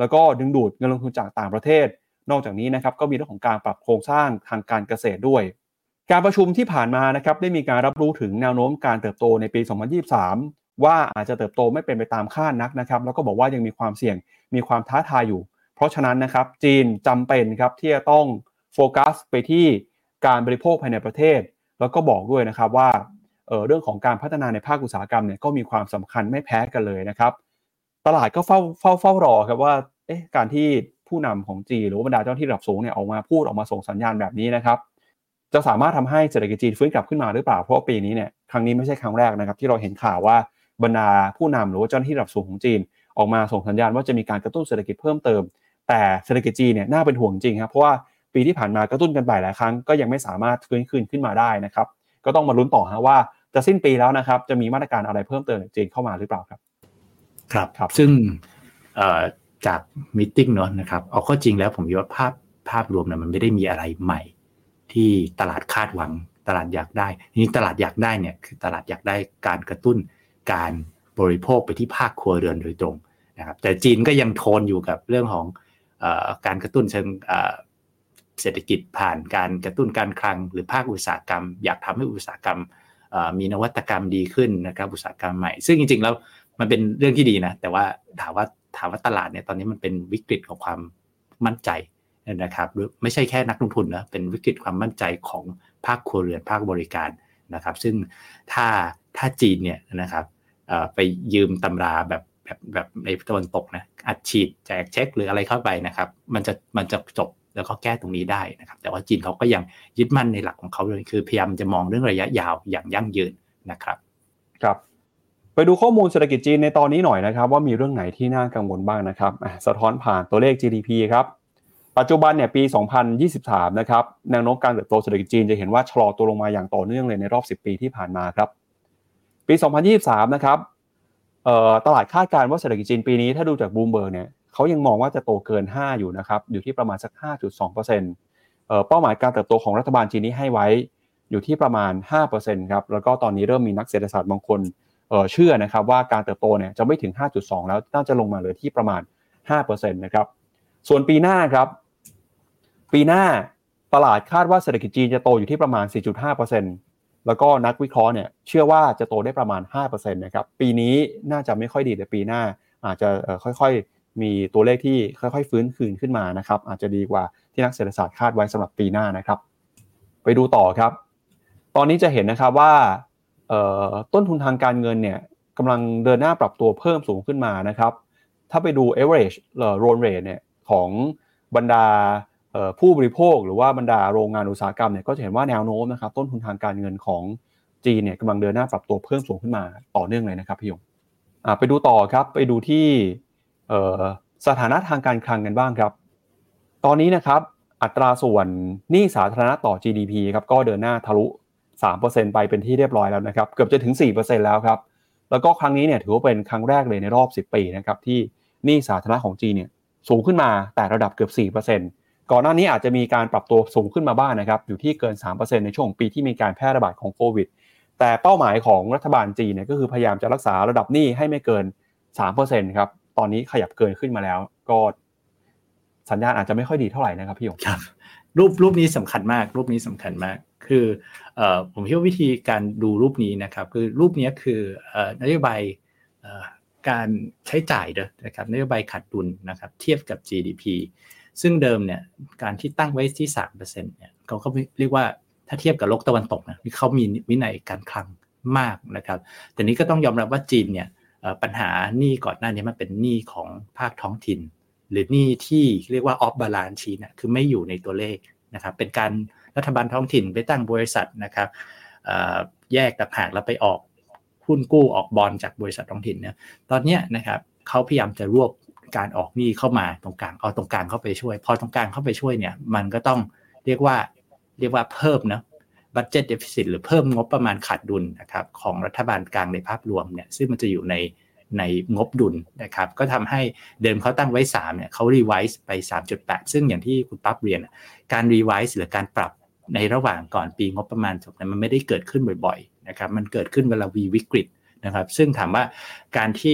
แล้วก็ดึงดูดเงินลงทุนจากต่างประเทศนอกจากนี้นะครับก็มีเรื่องของการปรับโครงสร้างทางการเกษตรด้วยการประชุมที่ผ่านมานะครับได้มีการรับรู้ถึงแนวโน้มการเติบโตในปีสองพันยี่สิบสามว่าอาจจะเติบโตไม่เป็นไปตามคาดนักนะครับแล้วก็บอกว่ายังมีความเสี่ยงมีความท้าทายอยู่เพราะฉะนั้นนะครับจีนจำเป็นครับที่จะต้องโฟกัสไปที่การบริโภคภายในประเทศแล้วก็บอกด้วยนะครับว่า เอ่อ เรื่องของการพัฒนาในภาคอุตสาหกรรมเนี่ยก็มีความสำคัญไม่แพ้กันเลยนะครับตลาดก็เฝ้าเฝ้าเฝ้ารอครับว่าเอ๊ะการที่ผู้นำของจีนหรือว่าบรรดาเจ้าหน้าที่ระดับสูงเนี่ยออกมาพูดออกมาส่งสัญญาณแบบนี้นะครับจะสามารถทำให้เศรษฐกิจจีนฟื้นกลับขึ้นมาหรือเปล่าเพราะว่าปีนี้เนี่ยครั้งนี้ไม่ใช่ครั้งแรกนะครับที่เราเห็นข่าวว่าบรรดาผู้นำหรือว่าเจ้าหน้าที่ระดับสูงของจีนออกมาส่งสัญญาณว่าจะมีการกระตุ้นเศรษฐกิจเพิ่มเติมแต่เศรษฐกิจจีนเนี่ยน่าเป็นห่วงจริงครับเพราะว่าปีที่ผ่านมากระตุ้นกันไปหลายครั้งก็ยังไม่สามารถฟื้นคืนขึ้นมาได้นะครับก็ต้องมาลุ้นต่อฮะว่าจะสิ้นปีแล้วนะครับจะมีมาตรการอะไรเพิ่มเติมจากจีนเข้ามาหรือเปล่าครับครับครับซึ่งจากมีตติ้งเนาะนะครับเอาเข้าจริงแล้วผมคิดว่าภาพภาพรวมเนี่ยมันไม่ได้มีอะไรใหม่ที่ตลาดคาดหวังตลาดอยากได้ทีนี้ตลาดอยากได้เนี่ยคือตลาดอยากได้การกระตุ้นการบริโภคไปที่ภาคครัวเรือนโดยตรงนะครับแต่จีนก็ยังโทนอยู่กับเรื่องของเอ่อการกระตุ้นเชิงเอ่อเศรษฐกิจผ่านการกระตุ้นการคลังหรือภาคอุตสาหกรรมอยากทำให้อุตสาหกรรมมีนวัตกรรมดีขึ้นนะครับอุตสาหกรรมใหม่ซึ่งจริงๆแล้วมันเป็นเรื่องที่ดีนะแต่ว่าถามว่าถามว่าตลาดเนี่ยตอนนี้มันเป็นวิกฤตของความมั่นใจนะครับไม่ใช่แค่นักลงทุนนะเป็นวิกฤตความมั่นใจของภาคครัวเรือนภาคบริการนะครับซึ่งถ้าถ้าจีนเนี่ยนะครับไปยืมตำราแบบแบบแบบในตะวันตกนะอัดฉีดแจกเช็คหรืออะไรเข้าไปนะครับมันจะมันจะจบแล้วก็แก้ตรงนี้ได้นะครับแต่ว่าจีนเขาก็ยังยึดมั่นในหลักของเขาเลยคือพยายามจะมองเรื่องระยะยาวอย่างยั่งยืนนะครับครับไปดูข้อมูลเศรษฐกิจจีนในตอนนี้หน่อยนะครับว่ามีเรื่องไหนที่น่ากังวลบ้างนะครับสะท้อนผ่านตัวเลข จี ดี พี ครับปัจจุบันเนี่ยปีสองพันยี่สิบสามนะครับแนวโน้มการเติบโตเศรษฐกิจจีนจะเห็นว่าชะลอตัวลงมาอย่างต่อเนื่องเลยในรอบสิบปีที่ผ่านมาครับปีสองพันยี่สิบสามนะครับเอ่อตลาดคาดการณ์ว่าเศรษฐกิจจีนปีนี้ถ้าดูจาก Bloomberg เนี่ยเขายังมองว่าจะโตเกินห้าอยู่นะครับอยู่ที่ประมาณสัก ห้าจุดสองเปอร์เซ็นต์ เอ่อเป้าหมายการเติบโตของรัฐบาลจีนนี้ให้ไว้อยู่ที่ประมาณ ห้าเปอร์เซ็นต์ ครับแล้วก็ตอนนี้เริ่มมีนักเศรษฐศาสตร์บางคนเอ่อเชื่อนะครับว่าการเติบโตเนี่ยจะไม่ถึง ห้าจุดสอง แล้วน่าจะลงมาเหลือที่ประมาณ ห้าเปอร์เซ็นต์ นะครับส่วนปีหน้าครับปีหน้าตลาดคาดว่าเศรษฐกิจจีนจะโตอยู่ที่ประมาณ สี่จุดห้าเปอร์เซ็นต์ แล้วก็นักวิเคราะห์เนี่ยเชื่อว่าจะโตได้ประมาณ ห้าเปอร์เซ็นต์ นะครับปีนี้น่าจะไม่ค่อยดีแต่ปีหน้าอาจจะเอ่อค่อยๆมีตัวเลขที่ค่อยๆฟื้นคืนขึ้นมานะครับอาจจะดีกว่าที่นักเศรษฐศาสตร์คาดไว้สำหรับปีหน้านะครับไปดูต่อครับตอนนี้จะเห็นนะครับว่าต้นทุนทางการเงินเนี่ยกำลังเดินหน้าปรับตัวเพิ่มสูงขึ้นมานะครับถ้าไปดู average loan rate เนี่ยของบรรดาผู้บริโภคหรือว่าบรรดาโรงงานอุตสาหกรรมเนี่ยก็จะเห็นว่าแนวโน้มนะครับต้นทุนทางการเงินของจีนเนี่ยกำลังเดินหน้าปรับตัวเพิ่มสูงขึ้นมาต่อเนื่องเลยนะครับพี่ยงไปดูต่อครับไปดูที่สถานะทางการคลังกันบ้างครับตอนนี้นะครับอัตราส่วนหนี้สาธารณะต่อ จี ดี พี ครับก็เดินหน้าทะลุ สามเปอร์เซ็นต์ ไปเป็นที่เรียบร้อยแล้วนะครับเกือบจะถึง สี่เปอร์เซ็นต์ แล้วครับแล้วก็ครั้งนี้เนี่ยถือว่าเป็นครั้งแรกเลยในรอบสิบปีนะครับที่หนี้สาธารณะของจีนเนี่ยสูงขึ้นมาแต่ระดับเกือบ สี่เปอร์เซ็นต์ ก่อนหน้านี้อาจจะมีการปรับตัวสูงขึ้นมาบ้างนะครับอยู่ที่เกิน สามเปอร์เซ็นต์ ในช่วงปีที่มีการแพร่ระบาดของโควิดแต่เป้าหมายของรัฐบาลจีนเนี่ยก็คือพยายามจะรักษาระดับหนี้ให้ไม่เกิน สามเปอร์เซ็นต์ ครับตอนนี้ขยับเกินขึ้นมาแล้วก็สัญญาณอาจจะไม่ค่อยดีเท่าไหร่นะครับพี่หยงครับรูปรูปนี้สำคัญมากรูปนี้สำคัญมากคือเอ่อผมคิดว่าวิธีการดูรูปนี้นะครับคือรูปนี้คือเอ่อนโยบายเอ่อการใช้จ่ายนะครับนโยบายขาดดุลนะครับเทียบกับ จี ดี พี ซึ่งเดิมเนี่ยการที่ตั้งไว้ที่ สามเปอร์เซ็นต์ เนี่ยเขาก็เรียกว่าถ้าเทียบกับโลกตะวันตกนะเขามีวินัยการคลังมากนะครับแต่นี้ก็ต้องยอมรับว่าจีนเนี่ยปัญหาหนี้ก่อนหน้านี้มันเป็นหนี้ของภาคท้องถิ่นหรือหนี้ที่เรียกว่า off balance sheet นะคือไม่อยู่ในตัวเลขนะครับเป็นการรัฐบาลท้องถิ่นไปตั้งบริษัทนะครับแยกต่างหากแล้วไปออกหุ้นกู้ออกบอนด์จากบริษัทท้องถิ่นเนี่ยตอนนี้นะครับเขาพยายามจะรวบการออกหนี้เข้ามาตรงกลางเอาตรงกลางเข้าไปช่วยพอตรงกลางเข้าไปช่วยเนี่ยมันก็ต้องเรียกว่าเรียกว่าเพิ่มนะbudget deficit หรือเพิ่มงบประมาณขาดดุลนะครับของรัฐบาลกลางในภาพรวมเนี่ยซึ่งมันจะอยู่ในในงบดุลนะครับก็ทำให้เดิมเขาตั้งไว้สามเนี่ยเขา revise ไป สามจุดแปด ซึ่งอย่างที่คุณปั๊บเรียนการ revise หรือการปรับในระหว่างก่อนปีงบประมาณจบเนี่ยมันไม่ได้เกิดขึ้นบ่อยๆนะครับมันเกิดขึ้นเวลามีวิกฤตนะครับซึ่งถามว่าการที่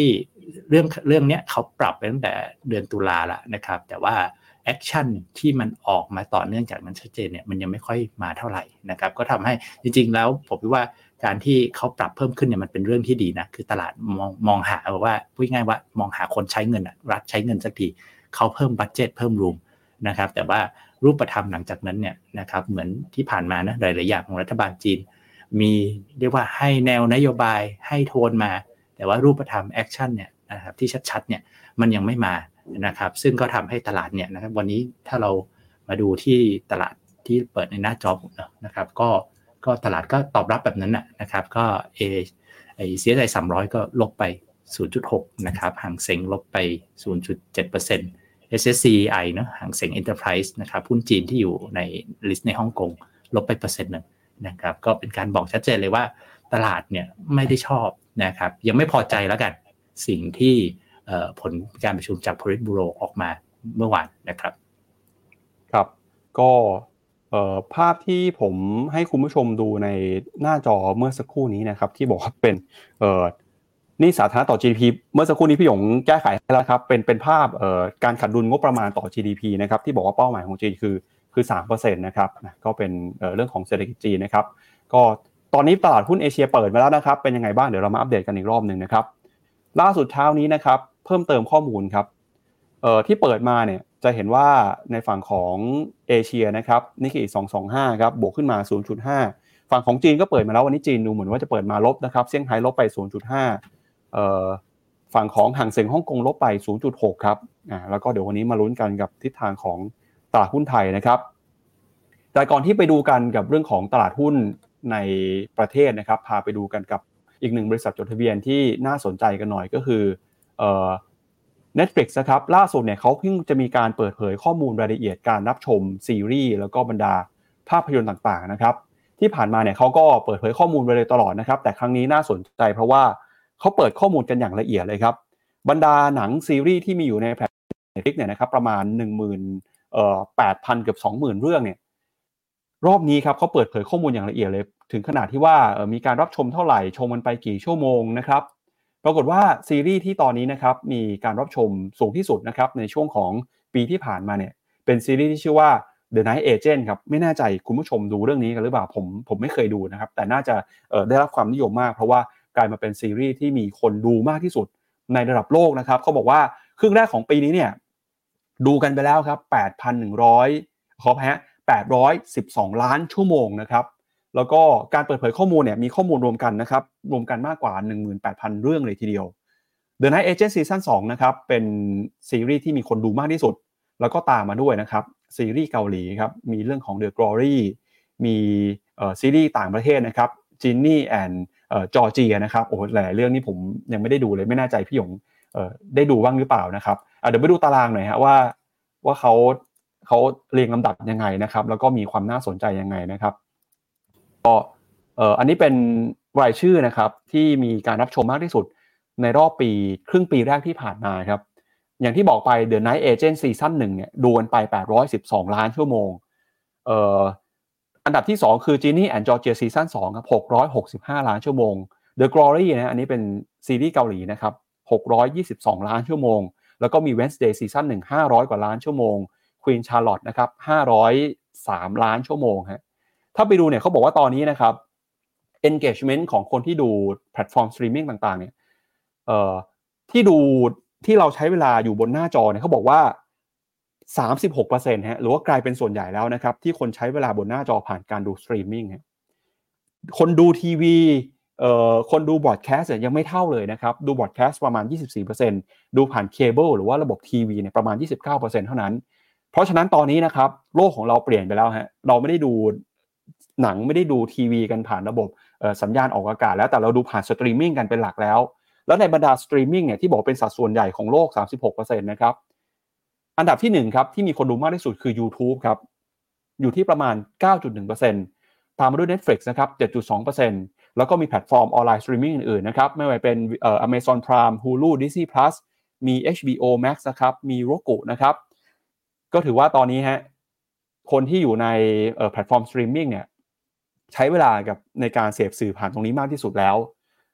เรื่องเรื่องนี้เขาปรับไปตั้งแต่เดือนตุลาแล้วนะครับแต่ว่าแอคชั่นที่มันออกมาต่อเนื่องจากนั้นชัดเจนเนี่ยมันยังไม่ค่อยมาเท่าไหร่นะครับก็ทำให้จริงๆแล้วผมคิดว่าการที่เขาปรับเพิ่มขึ้นเนี่ยมันเป็นเรื่องที่ดีนะคือตลาดมองมองหาว่าพูดง่ายว่ามองหาคนใช้เงินอ่ะรัฐใช้เงินสักทีเขาเพิ่มบัดเจ็ตเพิ่มรูมนะครับแต่ว่ารูปธรรมหลังจากนั้นเนี่ยนะครับเหมือนที่ผ่านมานะหลายๆอย่างของรัฐบาลจีนมีเรียกว่าให้แนวนโยบายให้โทนมาแต่ว่ารูปธรรมแอคชั่นเนี่ยนะครับที่ชัดๆเนี่ยมันยังไม่มานะครับซึ่งก็ทำให้ตลาดเนี่ยนะครับวันนี้ถ้าเรามาดูที่ตลาดที่เปิดในหน้าจอผมนะครับก็ก็ตลาดก็ตอบรับแบบนั้นนะครับก็เอไอ ซี เอส ไอ สามร้อยก็ลบไป ศูนย์จุดหก นะครับหางเส็งลบไป ศูนย์จุดเจ็ดเปอร์เซ็นต์ เอส เอส ซี ไอ เนาะหางเส็ง Enterprise นะครับหุ้นจีนที่อยู่ในลิสต์ในฮ่องกงลบไปเปอร์เซ็นต์นึงนะครับก็เป็นการบอกชัดเจนเลยว่าตลาดเนี่ยไม่ได้ชอบนะครับยังไม่พอใจแล้วกันสิ่งที่ผลการประชุมจาก Politburo ออกมาเมื่อวานนะครับครับก็ภาพที่ผมให้คุณผู้ชมดูในหน้าจอเมื่อสักครู่นี้นะครับที่บอกว่าเป็นหนี้สาธารณะต่อ จี ดี พี เมื่อสักครู่นี้พี่หยงแก้ไขให้แล้วครับเป็นเป็นภาพการขาดดุลงบประมาณต่อ จี ดี พี นะครับที่บอกว่าเป้าหมายของจีนคือคือ สามเปอร์เซ็นต์ นะครับก็เป็นเรื่องของเศรษฐกิจจีนนะครับก็ตอนนี้ตลาดหุ้นเอเชียเปิดมาแล้วนะครับเป็นยังไงบ้างเดี๋ยวเรามาอัปเดตกันอีกรอบนึงนะครับล่าสุดเช้านี้นะครับเพิ่มเติมข้อมูลครับเอ่อที่เปิดมาเนี่ยจะเห็นว่าในฝั่งของเอเชียนะครับนิกเกอิสองร้อยยี่สิบห้าครับบวกขึ้นมา ศูนย์จุดห้า ฝั่งของจีนก็เปิดมาแล้ววันนี้จีนดูเหมือนว่าจะเปิดมาลบนะครับเซี่ยงไฮ้ลบไป ศูนย์จุดห้า เอ่อฝั่งของหางเส็งฮ่องกงลบไป ศูนย์จุดหก ครับอ่าแล้วก็เดี๋ยววันนี้มาลุ้นกันกับทิศทางของตลาดหุ้นไทยนะครับแต่ก่อนที่ไปดูกันกับเรื่องของตลาดหุ้นในประเทศนะครับพาไปดูกันกับอีกหนึ่งบริษัทจดทะเบียนที่น่าสนใจกันหน่อยก็คือเอ่อ Netflix นะครับล่าสุดเนี่ยเขาเพิ่งจะมีการเปิดเผยข้อมูลรายละเอียดการรับชมซีรีส์แล้วก็บรรดาภาพยนตร์ต่างๆนะครับที่ผ่านมาเนี่ยเขาก็เปิดเผยข้อมูลไว้เลยตลอดนะครับแต่ครั้งนี้น่าสนใจเพราะว่าเขาเปิดข้อมูลกันอย่างละเอียดเลยครับบรรดาหนังซีรีส์ที่มีอยู่ในแพลตฟอร์ม Netflix เนี่ยนะครับประมาณ หนึ่งหมื่น เอ่อ แปดพัน เกือบ สองหมื่น เรื่องเนี่ยรอบนี้ครับเขาเปิดเผยข้อมูลอย่างละเอียดเลยถึงขนาดที่ว่าเอ่อมีการรับชมเท่าไหร่ชมมันไปกี่ชั่วโมงนะครับปรากฏว่าซีรีส์ที่ตอนนี้นะครับมีการรับชมสูงที่สุดนะครับในช่วงของปีที่ผ่านมาเนี่ยเป็นซีรีส์ที่ชื่อว่า The Night Agent ครับไม่แน่ใจคุณผู้ชมดูเรื่องนี้กันหรือเปล่าผมผมไม่เคยดูนะครับแต่น่าจะเอ่อได้รับความนิยมมากเพราะว่ากลายมาเป็นซีรีส์ที่มีคนดูมากที่สุดในระดับโลกนะครับเขาบอกว่าครึ่งแรกของปีนี้เนี่ยดูกันไปแล้วครับ แปดพันหนึ่งร้อย ขออภัยฮะแปดร้อยสิบสองล้านชั่วโมงนะครับแล้วก็การเปิดเผยข้อมูลเนี่ยมีข้อมูลรวมกันนะครับรวมกันมากกว่า หนึ่งหมื่นแปดพัน เรื่องเลยทีเดียว The Night Agent ซีซั่นสองนะครับเป็นซีรีส์ที่มีคนดูมากที่สุดแล้วก็ตามมาด้วยนะครับซีรีส์เกาหลีครับมีเรื่องของ The Glory มีเอ่อซีรีส์ต่างประเทศนะครับ Ginny and เอ่อ Georgia นะครับโอ้โหหลายเรื่องนี้ผมยังไม่ได้ดูเลยไม่แน่ใจพี่หยงเอ่อได้ดูบ้างหรือเปล่านะครับอ่ะเดี๋ยวไปดูตารางหน่อยฮะว่าว่าเขาเขาเรียงลำดับยังไงนะครับแล้วก็มีความน่าสนใจยังไงนะครับก็เอ่ออันนี้เป็นรายชื่อนะครับที่มีการรับชมมากที่สุดในรอบปีครึ่งปีแรกที่ผ่านมาครับอย่างที่บอกไป The Night Agent ซีซั่นหนึ่งเนี่ยดูกันไปแปดร้อยสิบสองล้านชั่วโมงเอ่ออันดับที่สองคือ Ginny and Georgia ซีซั่นสองครับหกร้อยหกสิบห้าล้านชั่วโมง The Glory นะอันนี้เป็นซีรีส์เกาหลีนะครับหกร้อยยี่สิบสองล้านชั่วโมงแล้วก็มี Wednesday ซีซั่นหนึ่ง ห้าร้อยกว่าล้านชั่วโมง Queen Charlotte นะครับห้าร้อยสามล้านชั่วโมงฮะถ้าไปดูเนี่ยเขาบอกว่าตอนนี้นะครับ engagement ของคนที่ดูแพลตฟอร์มสตรีมมิ่งต่างๆเนี่ยเอ่อที่ดูที่เราใช้เวลาอยู่บนหน้าจอเนี่ยเขาบอกว่า สามสิบหกเปอร์เซ็นต์ ฮะหรือว่ากลายเป็นส่วนใหญ่แล้วนะครับที่คนใช้เวลาบนหน้าจอผ่านการดูสตรีมมิ่งฮะคนดูทีวีเอ่อคนดูบรอดแคสต์ยังไม่เท่าเลยนะครับดูบรอดแคสต์ประมาณ ยี่สิบสี่เปอร์เซ็นต์ ดูผ่านเคเบิลหรือว่าระบบทีวีเนี่ยประมาณ ยี่สิบเก้าเปอร์เซ็นต์ เท่านั้นเพราะฉะนั้นตอนนี้นะครับโลกของเราเปลี่ยนไปแล้วฮะเราไม่ได้ดูหนังไม่ได้ดูทีวีกันผ่านระบบเอ่อสัญญาณออกอากาศแล้วแต่เราดูผ่านสตรีมมิ่งกันเป็นหลักแล้วแล้วในบรรดาสตรีมมิ่งเนี่ยที่บอกเป็นสัดส่วนใหญ่ของโลก สามสิบหกเปอร์เซ็นต์ นะครับอันดับที่หนึ่งครับที่มีคนดูมากที่สุดคือ YouTube ครับอยู่ที่ประมาณ เก้าจุดหนึ่งเปอร์เซ็นต์ ตามมาด้วย Netflix นะครับ เจ็ดจุดสองเปอร์เซ็นต์ แล้วก็มีแพลตฟอร์มออนไลน์สตรีมมิ่งอื่นๆนะครับไม่ว่าเป็นเอ่อ Amazon Prime Hulu Disney Plus มี เอช บี โอ Max นะครับมี Roku นะครับก็ถือว่าตอนนี้ฮะคนที่อยู่ในเอ่อแพลตฟอร์มสตรีมมิ่งเนี่ยใช้เวลากับในการเสพสื่อผ่านตรงนี้มากที่สุดแล้ว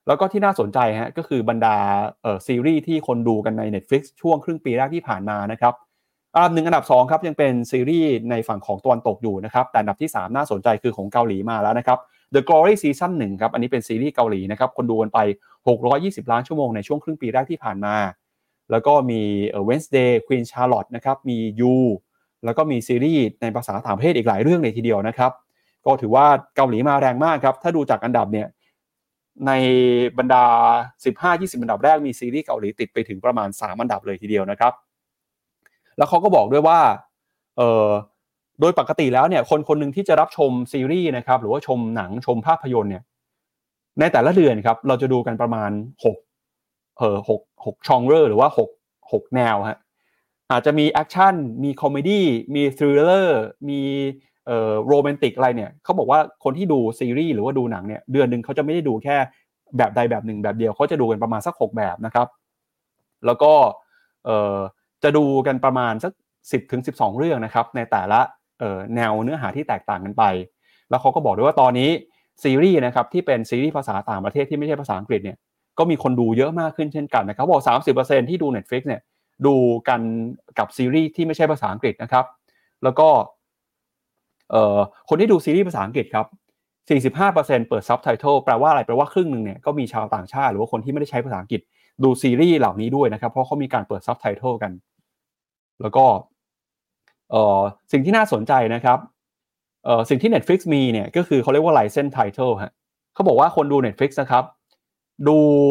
แล้วก็ที่น่าสนใจฮะก็คือบรรดาเอ่อซีรีส์ที่คนดูกันใน Netflix ช่วงครึ่งปีแรกที่ผ่านมานะครับอันดับหนึ่งอันดับสองครับยังเป็นซีรีส์ในฝั่งของตะวันตกอยู่นะครับแต่อันดับที่สามน่าสนใจคือของเกาหลีมาแล้วนะครับ The Glory Season หนึ่งครับอันนี้เป็นซีรีส์เกาหลีนะครับคนดูกันไปหกร้อยยี่สิบล้านชั่วโมงในช่วงครึ่งปีแรกที่ผ่านมาแล้วก็มีเอ่อ Wednesday Queen Charlotte นะครับมี You แล้วก็มีซีรีส์ในภาษาต่างประเทศอีกหลายเรื่องเลยทีเดียวนะครับก็ถือว่าเกาหลีมาแรงมากครับถ้าดูจากอันดับเนี่ยในบรรดา สิบห้าถึงยี่สิบ อันดับแรกมีซีรีส์เกาหลีติดไปถึงประมาณสามอันดับเลยทีเดียวนะครับแล้วเขาก็บอกด้วยว่าเอ่อโดยปกติแล้วเนี่ยคนคนนึงที่จะรับชมซีรีส์นะครับหรือว่าชมหนังชมภาพยนตร์เนี่ยในแต่ละเดือนครับเราจะดูกันประมาณหกเอ่อหก หก genre หรือว่าหก หกแนวฮะอาจจะมีแอคชั่นมีคอมเมดี้มีทริลเลอร์มีเอ่อโรแมนติกอะไรเนี่ยเขาบอกว่าคนที่ดูซีรีส์หรือว่าดูหนังเนี่ยเดือนนึงเขาจะไม่ได้ดูแค่แบบใดแบบหนึ่งแบบเดียวเขาจะดูกันประมาณสักหกแบบนะครับแล้วก็เอ่อจะดูกันประมาณสักสิบถึงสิบสองเรื่องนะครับในแต่ละเอ่อแนวเนื้อหาที่แตกต่างกันไปแล้วเขาก็บอกด้วยว่าตอนนี้ซีรีส์นะครับที่เป็นซีรีส์ภาษาต่างประเทศที่ไม่ใช่ภาษาอังกฤษเนี่ยก็มีคนดูเยอะมากขึ้นเช่นกันนะครับบอก สามสิบเปอร์เซ็นต์ ที่ดู Netflix เนี่ยดูกันกับซีรีส์ที่ไม่ใช่ภาษาอังกฤษนะครับแล้วก็เอ่อคนที่ดูซีรีส์ภาษาอังกฤษครับ สี่สิบห้าเปอร์เซ็นต์ เปิดซับไตเติลแปลว่าอะไรแปลว่าครึ่งนึงเนี่ยก็มีชาวต่างชาติหรือว่าคนที่ไม่ได้ใช้ภาษาอังกฤษดูซีรีส์เหล่านี้ด้วยนะครับเพราะเขามีการเปิดซับไตเติลกันแล้วก็เอ่อสิ่งที่น่าสนใจนะครับเอ่อสิ่งที่ Netflix มีเนี่ยก็คือเขาเรียกว่า license title ฮะเขาบอกว่าคนดู Netflix นะครับดู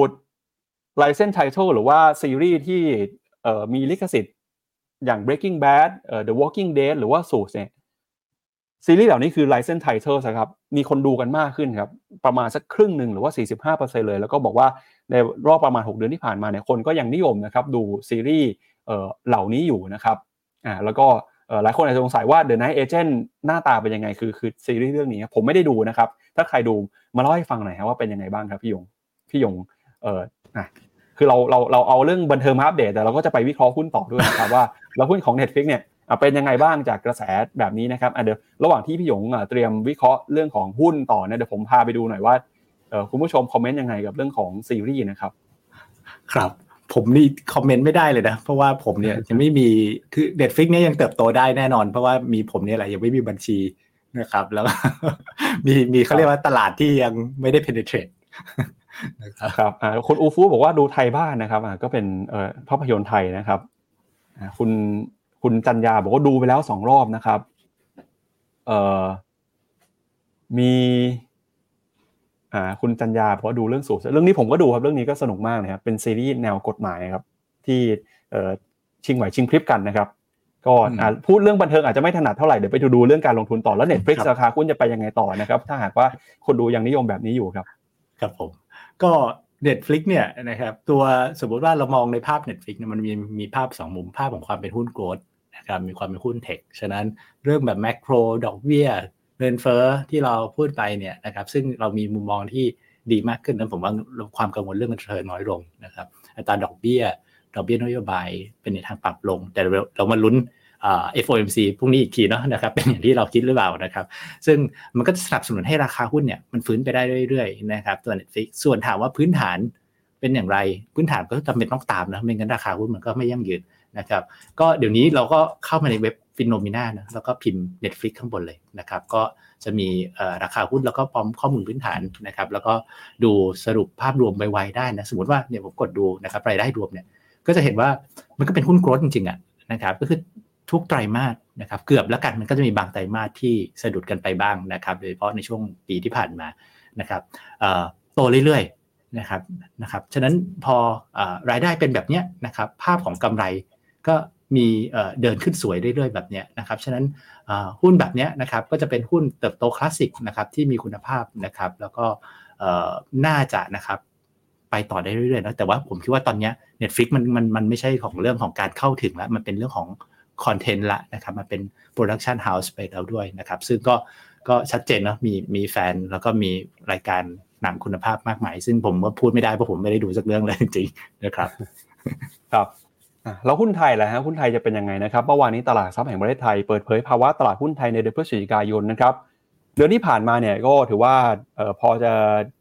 license title หรือว่าซีรีส์ที่เอ่อมีลิขสิทธิ์อย่าง Breaking Bad เอ่อ The Walking Dead หรือว่า Suits เนี่ยซีรีส์เหล่านี้คือ license title นะครับมีคนดูกันมากขึ้นครับประมาณสักครึ่งนึงหรือว่า สี่สิบห้าเปอร์เซ็นต์ เลยแล้วก็บอกว่าในรอบประมาณหกเดือนที่ผ่านมาเนี่ยคนก็ยังนิยมนะครับดูซีรีส์เอ่อเหล่านี้อยู่นะครับอ่าแล้วก็เอ่อหลายคนอาจจะสงสัยว่า The Night Agent หน้าตาเป็นยังไงคือคือซีรีส์เรื่องนี้ผมไม่ได้ดูนะครับถ้าใครดูมาเล่าให้ฟังหน่อยครับว่าเป็นยังไงบ้างครับพี่ยงพี่ยงเอ่ออ่ะคือเราเราเราเอาเรื่องบันเทิงมาอัปเดตแต่เราก็จะไปวิเคราะห์หุ้นต่อด้วยนะครับว่าแล้วหุ้นของ Netflix เนี่ยเป็นยังไงบ้างจากกระแสแบบนี้นะครับอ่ะเดี๋ยวระหว่างที่พี่หยงเตรียมวิเคราะห์เรื่องของหุ้นต่อเนี่ยเดี๋ยวผมพาไปดูหน่อยว่าเอ่อคุณผู้ชมคอมเมนต์ยังไงกับเรื่องของซีรีส์นะครับครับผมนี่คอมเมนต์ไม่ได้เลยนะเพราะว่าผมเนี่ยยังไม่มีคือ Netflix เนี่ยยังเติบโตได้แน่นอนเพราะว่ามีผมเนี่ยแหละยังไม่มีบัญชีนะครับแล้ว มีมีเขาเรียกว่าตลาดที่ยังไม่ได้ penetrate นะครับครับอ่าคุณอูฟูบอกว่าดูไทยบ้านนะครับอ่าก็เป็นเอ่อภาพยนตร์ไทยนะครับอ่าคุณคุณจันยาบอกว่าดูไปแล้วสองรอบนะครับเอ่อมีอ่าคุณจันยาบอกว่าดูเรื่องสูตรเรื่องนี้ผมก็ดูครับเรื่องนี้ก็สนุกมากเลยครับเป็นซีรีส์แนวกฎหมายครับที่เอ่อชิงไหวชิงพริบกันนะครับก็อ่าพูดเรื่องบันเทิงอาจจะไม่ถนัดเท่าไหร่เดี๋ยวไปดูเรื่องการลงทุนต่อแล้ว Netflix ราคาหุ้นจะไปยังไงต่อนะครับถ้าหากว่าคนดูยังนิยมแบบนี้อยู่ครับครับผมก็ Netflix เนี่ยนะครับตัวสมมติว่าเรามองในภาพ Netflix เนี่ยมันมีมีภาพสองมุมภาพของความเป็นหุ้นโกลด์นะครับมีความเป็นหุ้นเทคฉะนั้นเรื่องแบบแมคโครดอกเบี้ยเงินเฟ้อที่เราพูดไปเนี่ยนะครับซึ่งเรามีมุมมองที่ดีมากขึ้นนะผมว่าความกังวลเรื่องเงินเฟ้อน้อยลงนะครับอัตราดอกเบี้ยดอกเบี้ยนโยบายเป็นในทางปรับลงแต่เรามาลุ้นเอ่อ เอฟ โอ เอ็ม ซี พรุ่งนี้อีกทีเนาะนะครับเป็นอย่างที่เราคิดหรือเปล่านะครับซึ่งมันก็สนับสนุนให้ราคาหุ้นเนี่ยมันฟื้นไปได้เรื่อยๆนะครับตัว Netflix ส่วนถามว่าพื้นฐานเป็นอย่างไรพื้นฐานก็จำเป็นต้องตามนะไม่งั้นราคาหุ้นมันก็ไม่ยั่งยืนนะครับก็เดี๋ยวนี้เราก็เข้ามาในเว็บ Phenomena นะแล้วก็พิมพ์ Netflix ข้างบนเลยนะครับก็จะมีเอ่อราคาหุ้นแล้วก็พร้อมข้อมูลพื้นฐานนะครับแล้วก็ดูสรุปภาพรวมไวๆได้นะสมมุติว่าเนี่ยผมกดดูนะครับรายได้รวมเนี่ยก็จะเห็นว่ามันก็เป็นหุ้นโกรทจริงๆอ่ะนะครับก็คือทุกไตรมาสนะครับเกือบแล้วกันมันก็จะมีบางไตรมาสที่สะดุดกันไปบ้างนะครับโดยเฉพาะในช่วงปีที่ผ่านมานะครับเอ่อโตเรื่อยๆนะครับนะครับฉะนั้นพอเอ่อรายได้เป็นแบบเนี้ยนะครับภาพของกำไรก็มีเอ่อเดินขึ้นสวยเรื่อยๆแบบเนี้ยนะครับฉะนั้นเอ่อหุ้นแบบเนี้ยนะครับก็จะเป็นหุ้นเติบโตคลาสสิกนะครับที่มีคุณภาพนะครับแล้วก็เอ่อน่าจะนะครับไปต่อได้เรื่อยๆนะแต่ว่าผมคิดว่าตอนนี้ Netflix มันมันมันไม่ใช่ของเรื่องของการเข้าถึงแล้วมันเป็นเรื่องของคอนเทนต์ละนะครับมันเป็นโปรดักชันเฮาส์ไปแล้วด้วยนะครับซึ่งก็ก็ชัดเจนเนาะมีมีแฟนแล้วก็มีรายการหนังคุณภาพมากมายซึ่งผมว่าพูดไม่ได้เพราะผมไม่ได้ดูสักเรื่องเลยจริงๆนะครับครับแล้วหุ้นไทยล่ะฮะหุ้นไทยจะเป็นยังไงนะครับเมื่อวานนี้ตลาดทรัพย์แห่งประเทศไทยเปิดเผยภาวะตลาดหุ้นไทยในเดือนพฤศจิกายนนะครับเดือนที่ผ่านมาเนี่ยก็ถือว่าเอ่อพอจะ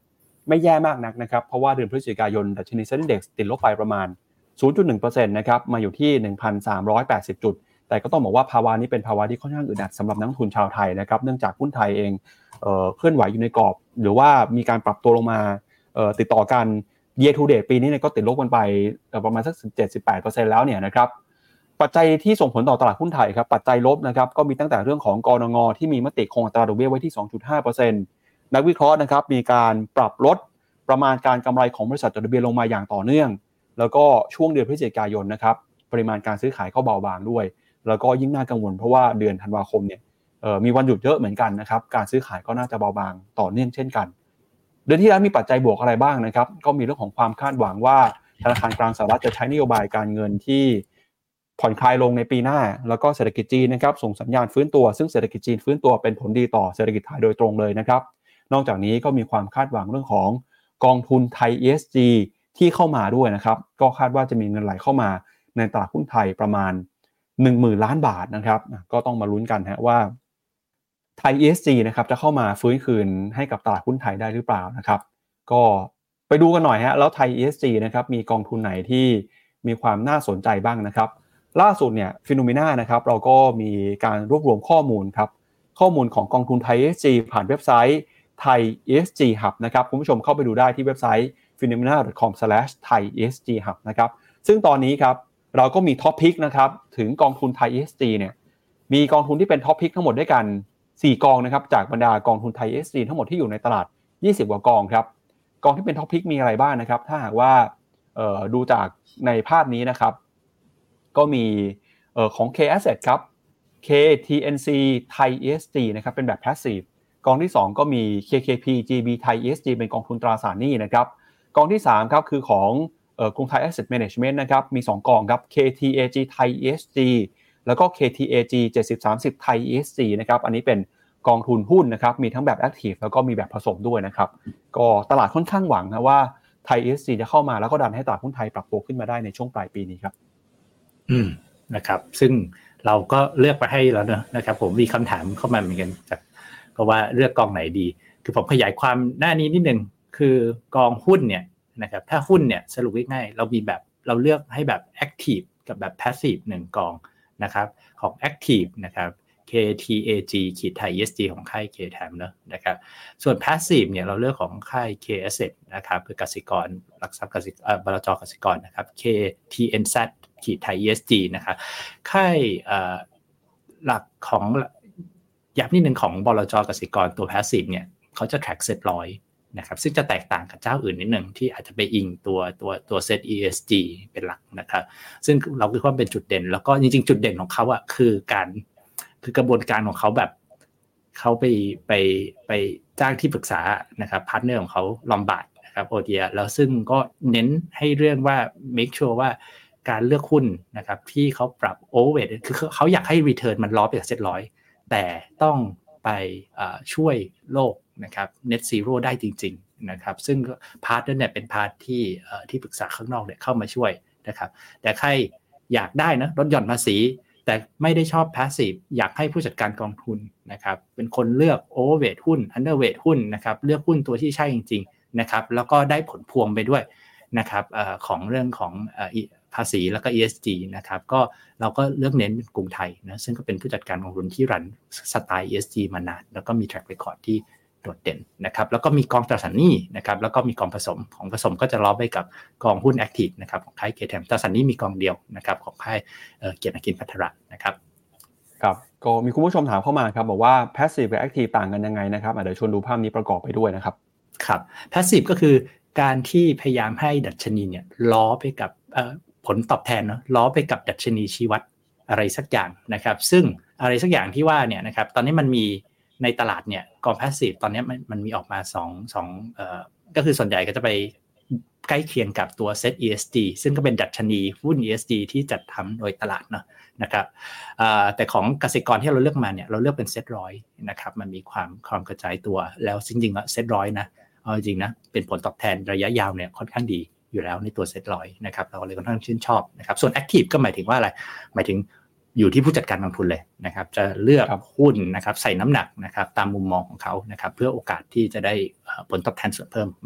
ไม่แย่มากนักนะครับเพราะว่าเดือนพฤศจิกายนดัชนี Set Index ติดลบไปประมาณ ศูนย์จุดหนึ่งเปอร์เซ็นต์ นะครับมาอยู่ที่ หนึ่งพันสามร้อยแปดสิบ จุดแต่ก็ต้องบอกว่าภาวะนี้เป็นภาวะที่ค่อนข้างอึดอัดสำหรับนักลงทุนชาวไทยนะครับเนื่องจากหุ้นไทยเองเอ่อเคลื่อนไหวอยู่ในกรอบหรือว่ามีการปรับตัวลงมาเอ่อติดต่อกัน year to date ปีนี้เนี่ยก็ติดลบกันไปประมาณสัก สิบเจ็ดถึงสิบแปดเปอร์เซ็นต์ แล้วเนี่ยนะครับปัจจัยที่ส่งผลต่อตลาดหุ้นไทยครับปัจจัยลบนะครับก็มีตั้งแต่เรื่องของกนง.ที่มีมติคงอัตราดอกเบี้ยไว้ที่ สองจุดห้าเปอร์เซ็นต์ นักวิเคราะห์นะครับมีการปรับลดประมาณการกำไรของบริษัทจดทะเบียนลงมาอย่างต่อเนื่องแล้วก็ช่วงเดือนพฤศจิกายนนะครับปริมาณการซื้อขายก็เบาบางด้วยแล้วก็ยิ่งน่ากังวลเพราะว่าเดือนธันวาคมเนี่ยเอ่อมีวันหยุดเยอะเหมือนกันนะครับการซื้อขายก็น่าจะเบาบางต่อเนื่องเช่นกันเดือนที่แล้วมีปัจจัยบวกอะไรบ้างนะครับก็มีเรื่องของความคาดหวังว่าธนาคารกลางสหรัฐจะใช้นโยบายการเงินที่ผ่อนคลายลงในปีหน้าแล้วก็เศรษฐกิจจีนนะครับส่งสัญญาณฟื้นตัวซึ่งเศรษฐกิจจีนฟื้นตัวเป็นผลดีต่อเศรษฐกิจไทยโดยตรงเลยนะครับนอกจากนี้ก็มีความคาดหวังเรื่องของกองทุนไทย อี เอส จี ที่เข้ามาด้วยนะครับก็คาดว่าจะมีเงินไหลเข้ามาในตลาดหุ้นไทยประมาณ หนึ่งหมื่น ล้านบาทนะครับก็ต้องมาลุ้นกันฮะว่าไทย อี เอส จี นะครับจะเข้ามาฟื้นคืนให้กับตลาดหุ้นไทยได้หรือเปล่านะครับก็ไปดูกันหน่อยฮะแล้วไทย อี เอส จี นะครับมีกองทุนไหนที่มีความน่าสนใจบ้างนะครับล่าสุดเนี่ย Phenomena นะครับเราก็มีการรวบรวมข้อมูลครับข้อมูลของกองทุนไทย อี เอส จี ผ่านเว็บไซต์ Thai อี เอส จี Hub นะครับคุณผู้ชมเข้าไปดูได้ที่เว็บไซต์ ฟีโนเมนา ดอท คอม สแลช ไทย อี เอส จี ฮับ นะครับซึ่งตอนนี้ครับเราก็มีท็อปพิกนะครับถึงกองทุนไทย อี เอส จี เนี่ยมีกองทุนที่เป็นท็อปพิกทั้งหมดด้วยกันสี่กองนะครับจากบรรดากองทุนไทย อี เอส จี ทั้งหมดที่อยู่ในตลาดยี่สิบกว่ากองครับกองที่เป็นท็อปพิกมีอะไรบ้างนะครับถ้าหากว่าเอ่อดูจากในภาพนี้นะครับก็มีเอ่อของ K Asset ครับ K ที เอ็น ซี ไทย อี เอส จี นะครับเป็นแบบ Passive กองที่สองก็มี เค เค พี จี บี ไทย อี เอส จี เป็นกองทุนตราสารหนี้นะครับกองที่สามครับคือของเอ่อกรุงไทย Asset Management นะครับมีสองกองครับ เค ที เอ จี ไทย อี เอส จี แล้วก็ เค ที เอ จี เจ็ดสิบสามสิบ ไทย อี เอส จี นะครับอันนี้เป็นกองทุนหุ้นนะครับมีทั้งแบบ Active แล้วก็มีแบบผสมด้วยนะครับก็ตลาดค่อนข้างหวังนะว่าไทย อี เอส จี จะเข้ามาแล้วก็ดันให้ตลาดหุ้นไทยปรับตัวขึ้นมาได้ในช่วงปลายปีนี้ครับอืมนะครับซึ่งเราก็เลือกไปให้แล้วเนอะนะครับผมมีคำถามเข้ามาเหมือนกันจากก็ว่าเลือกกองไหนดีคือผมขยายความหน้านี้นิดนึงคือกองหุ้นเนี่ยนะครับถ้าหุ้นเนี่ยสรุปง่ายๆเรามีแบบเราเลือกให้แบบ Active กับแบบ Passive หนึ่งกองนะครับของ Active นะครับ เค ที เอ จี ขีด ไทย อี เอส จี ของค่าย K-Time เนอะนะครับส่วน Passive เนี่ยเราเลือกของค่าย K Asset นะครับคือกสิกรหลักทรัพย์กสิเอ่อบลจ.กสิกรนะครับ เค ที เอ็น แซด ขีด ไทย อี เอส จี นะครับค่ายเอ่อหลักของย้ำนิดนึงของบลจ.กสิกรตัว Passive เนี่ยเขาจะ track เซ็ตร้อยนะครับซึ่งจะแตกต่างกับเจ้าอื่นนิดนึงที่อาจจะไปอิงตัวตัวตัว เซ็ต อี เอส จี เป็นหลักนะครับซึ่งเราคิดว่าเป็นจุดเด่นแล้วก็จริงๆจุดเด่นของเขาอ่ะคือการคือกระบวนการของเขาแบบเขาไปไปไปจ้างที่ปรึกษานะครับพาร์ทเนอร์ของเขาลอมบาร์ดนะครับโอเดียแล้วซึ่งก็เน้นให้เรื่องว่า make sure ว่าการเลือกหุ้นนะครับที่เขาปรับ overweight คือเขาอยากให้ return มันล้อไปกับเซ็ตร้อยแต่ต้องไปช่วยโลกนะครับ net zero ได้จริงๆนะครับซึ่งพาร์ทนั้นเนี่ยเป็นพาร์ทที่ที่ปรึกษาข้างนอกเนี่ยเข้ามาช่วยนะครับแต่ใครอยากได้นะลดหย่อนภาษีแต่ไม่ได้ชอบ passive อยากให้ผู้จัดการกองทุนนะครับเป็นคนเลือก overweight หุ้น underweight หุ้นนะครับเลือกหุ้นตัวที่ใช่จริงๆนะครับแล้วก็ได้ผลพวงไปด้วยนะครับเอ่อของเรื่องของเอ่อภาษีแล้วก็ อี เอส จี นะครับก็เราก็เลือกเน้นเป็นกรุงไทยนะซึ่งก็เป็นผู้จัดการกองทุนที่รันสไตล์ อี เอส จี มานานแล้วก็มี track record ที่โดดเด่นนะครับแล้วก็มีกองตราสารหนี้นะครับแล้วก็มีกองผสมของผสมก็จะล้อไปกับกองหุ้น Active นะครับของค่าย K-Time ตราสารหนี้มีกองเดียวนะครับของค่ายเอ่อเกียรตินครินทร์ภัทระนะครับครับก็มีคุณผู้ชมถามเข้ามาครับบอกว่า Passive กับ Active ต่างกันยังไงนะครับเดี๋ยวชวนดูภาพนี้ประกอบไปด้วยนะครับครับ Passive ก็คือการที่พยายามให้ดัชนีเนี่ยล้อไปกับเอ่อผลตอบแทนเนาะล้อไปกับดัชนีชี้วัดอะไรสักอย่างนะครับซึ่งอะไรสักอย่างที่ว่าเนี่ยนะครับตอนนี้มันมีในตลาดเนี่ยกอง Passive ตอนนี้มันมันมีออกมาสอง สองเอ่อก็คือส่วนใหญ่ก็จะไปใกล้เคียงกับตัว เซ็ต อี เอส จี ซึ่งก็เป็นดัชนีหุ้น อี เอส จี ที่จัดทำโดยตลาดเนาะนะครับเอ่อแต่ของกสิกรที่เราเลือกมาเนี่ยเราเลือกเป็นเซ็ตร้อยนะครับมันมีความความกระจายตัวแล้วจริงๆแล้วเซ็ตร้อยนะเอาจริงนะเป็นผลตอบแทนระยะยาวเนี่ยค่อนข้างดีอยู่แล้วในตัวเซ็ตร้อยนะครับเราเลยค่อนข้างชื่นชอบนะครับส่วน Active ก็หมายถึงว่าอะไรหมายถึงอยู่ที่ผู้จัดการกองทุนเลยนะครับจะเลือกหุ้นนะครับใส่น้ำหนักนะครับตามมุมมองของเขานะครับเพื่อโอกาสที่จะได้ผลตอบแทนส่วนเพิ่มมา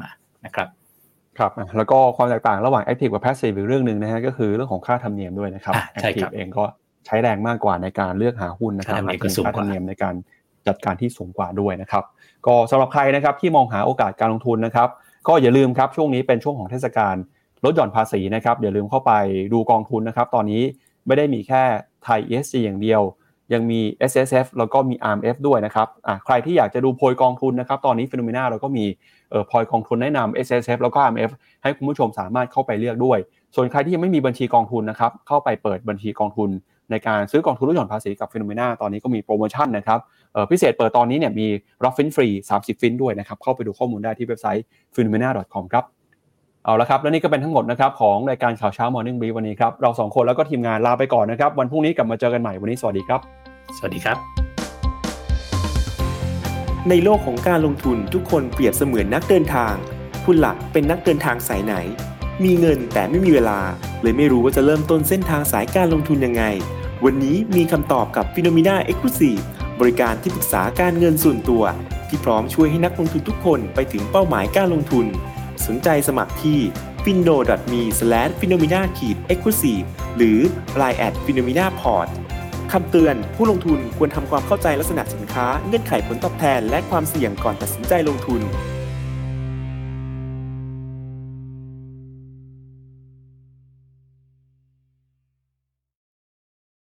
นะครับครับแล้วก็ความแตกต่างระหว่าง Active กับ Passive อีกเรื่องนึงนะฮะก็คือเรื่องของค่าธรรมเนียมด้วยนะครับ Active เองก็ใช้แรงมากกว่าในการเลือกหาหุ้นนะครับอาจจะมีค่าธรรมเนียมในการจัดการที่สูงกว่าด้วยนะครับก็สำหรับใครนะครับที่มองหาโอกาสการลงทุนนะครับก็อย่าลืมครับช่วงนี้เป็นช่วงของเทศกาลลดหย่อนภาษีนะครับอย่าลืมเข้าไปดูกองทุนนะครับตอนนี้ไม่ได้มีแค่ไทย อี เอส จี อย่างเดียวยังมี เอส เอส เอฟ แล้วก็มี อาร์ เอ็ม เอฟ ด้วยนะครับอ่ะใครที่อยากจะดูโพยกองทุนนะครับตอนนี้ Phenomena เราก็มีเอ่อโพยกองทุนแนะนำ เอส เอส เอฟ แล้วก็ อาร์ เอ็ม เอฟ ให้คุณผู้ชมสามารถเข้าไปเลือกด้วยส่วนใครที่ยังไม่มีบัญชีกองทุนนะครับเข้าไปเปิดบัญชีกองทุนในการซื้อกองทุนลดหย่อนภาษีกับ Phenomena ตอนนี้ก็มีโปรโมชั่นนะครับเอ่อพิเศษเปิดตอนนี้เนี่ยมีรับฟินฟรีสามสิบฟินด้วยนะครับเข้าไปดูข้อมูลได้ที่เว็บไซต์ ฟีโนเมนา ดอท คอม ครับเอาละครับและนี่ก็เป็นทั้งหมดนะครับของรายการข่าวเช้า Morning Brief วันนี้ครับเราสองคนแล้วก็ทีมงานลาไปก่อนนะครับวันพรุ่งนี้กลับมาเจอกันใหม่วันนี้สวัสดีครับสวัสดีครับในโลกของการลงทุนทุกคนเปรียบเสมือนนักเดินทางคุณหลักเป็นนักเดินทางสายไหนมีเงินแต่ไม่มีเวลาเลยไม่รู้ว่าจะเริ่มต้นเส้นทางสายการลงทุนยังไงวันนี้มีคำตอบกับ Phenomena Exclusive บริการที่ปรึกษาการเงินส่วนตัวที่พร้อมช่วยให้นักลงทุนทุกคนไปถึงเป้าหมายการลงทุนสนใจสมัครที่ ฟินโน ดอท มี สแลช ฟีโนเมนา เอ็กซ์คลูซีฟ หรือ ไลน์ แอท ฟีโนเมนา พอร์ต คำเตือนผู้ลงทุนควรทำความเข้าใจลักษณะสินค้าเงื่อนไขผลตอบแทนและความเสี่ยงก่อนตัดสินใจลงทุน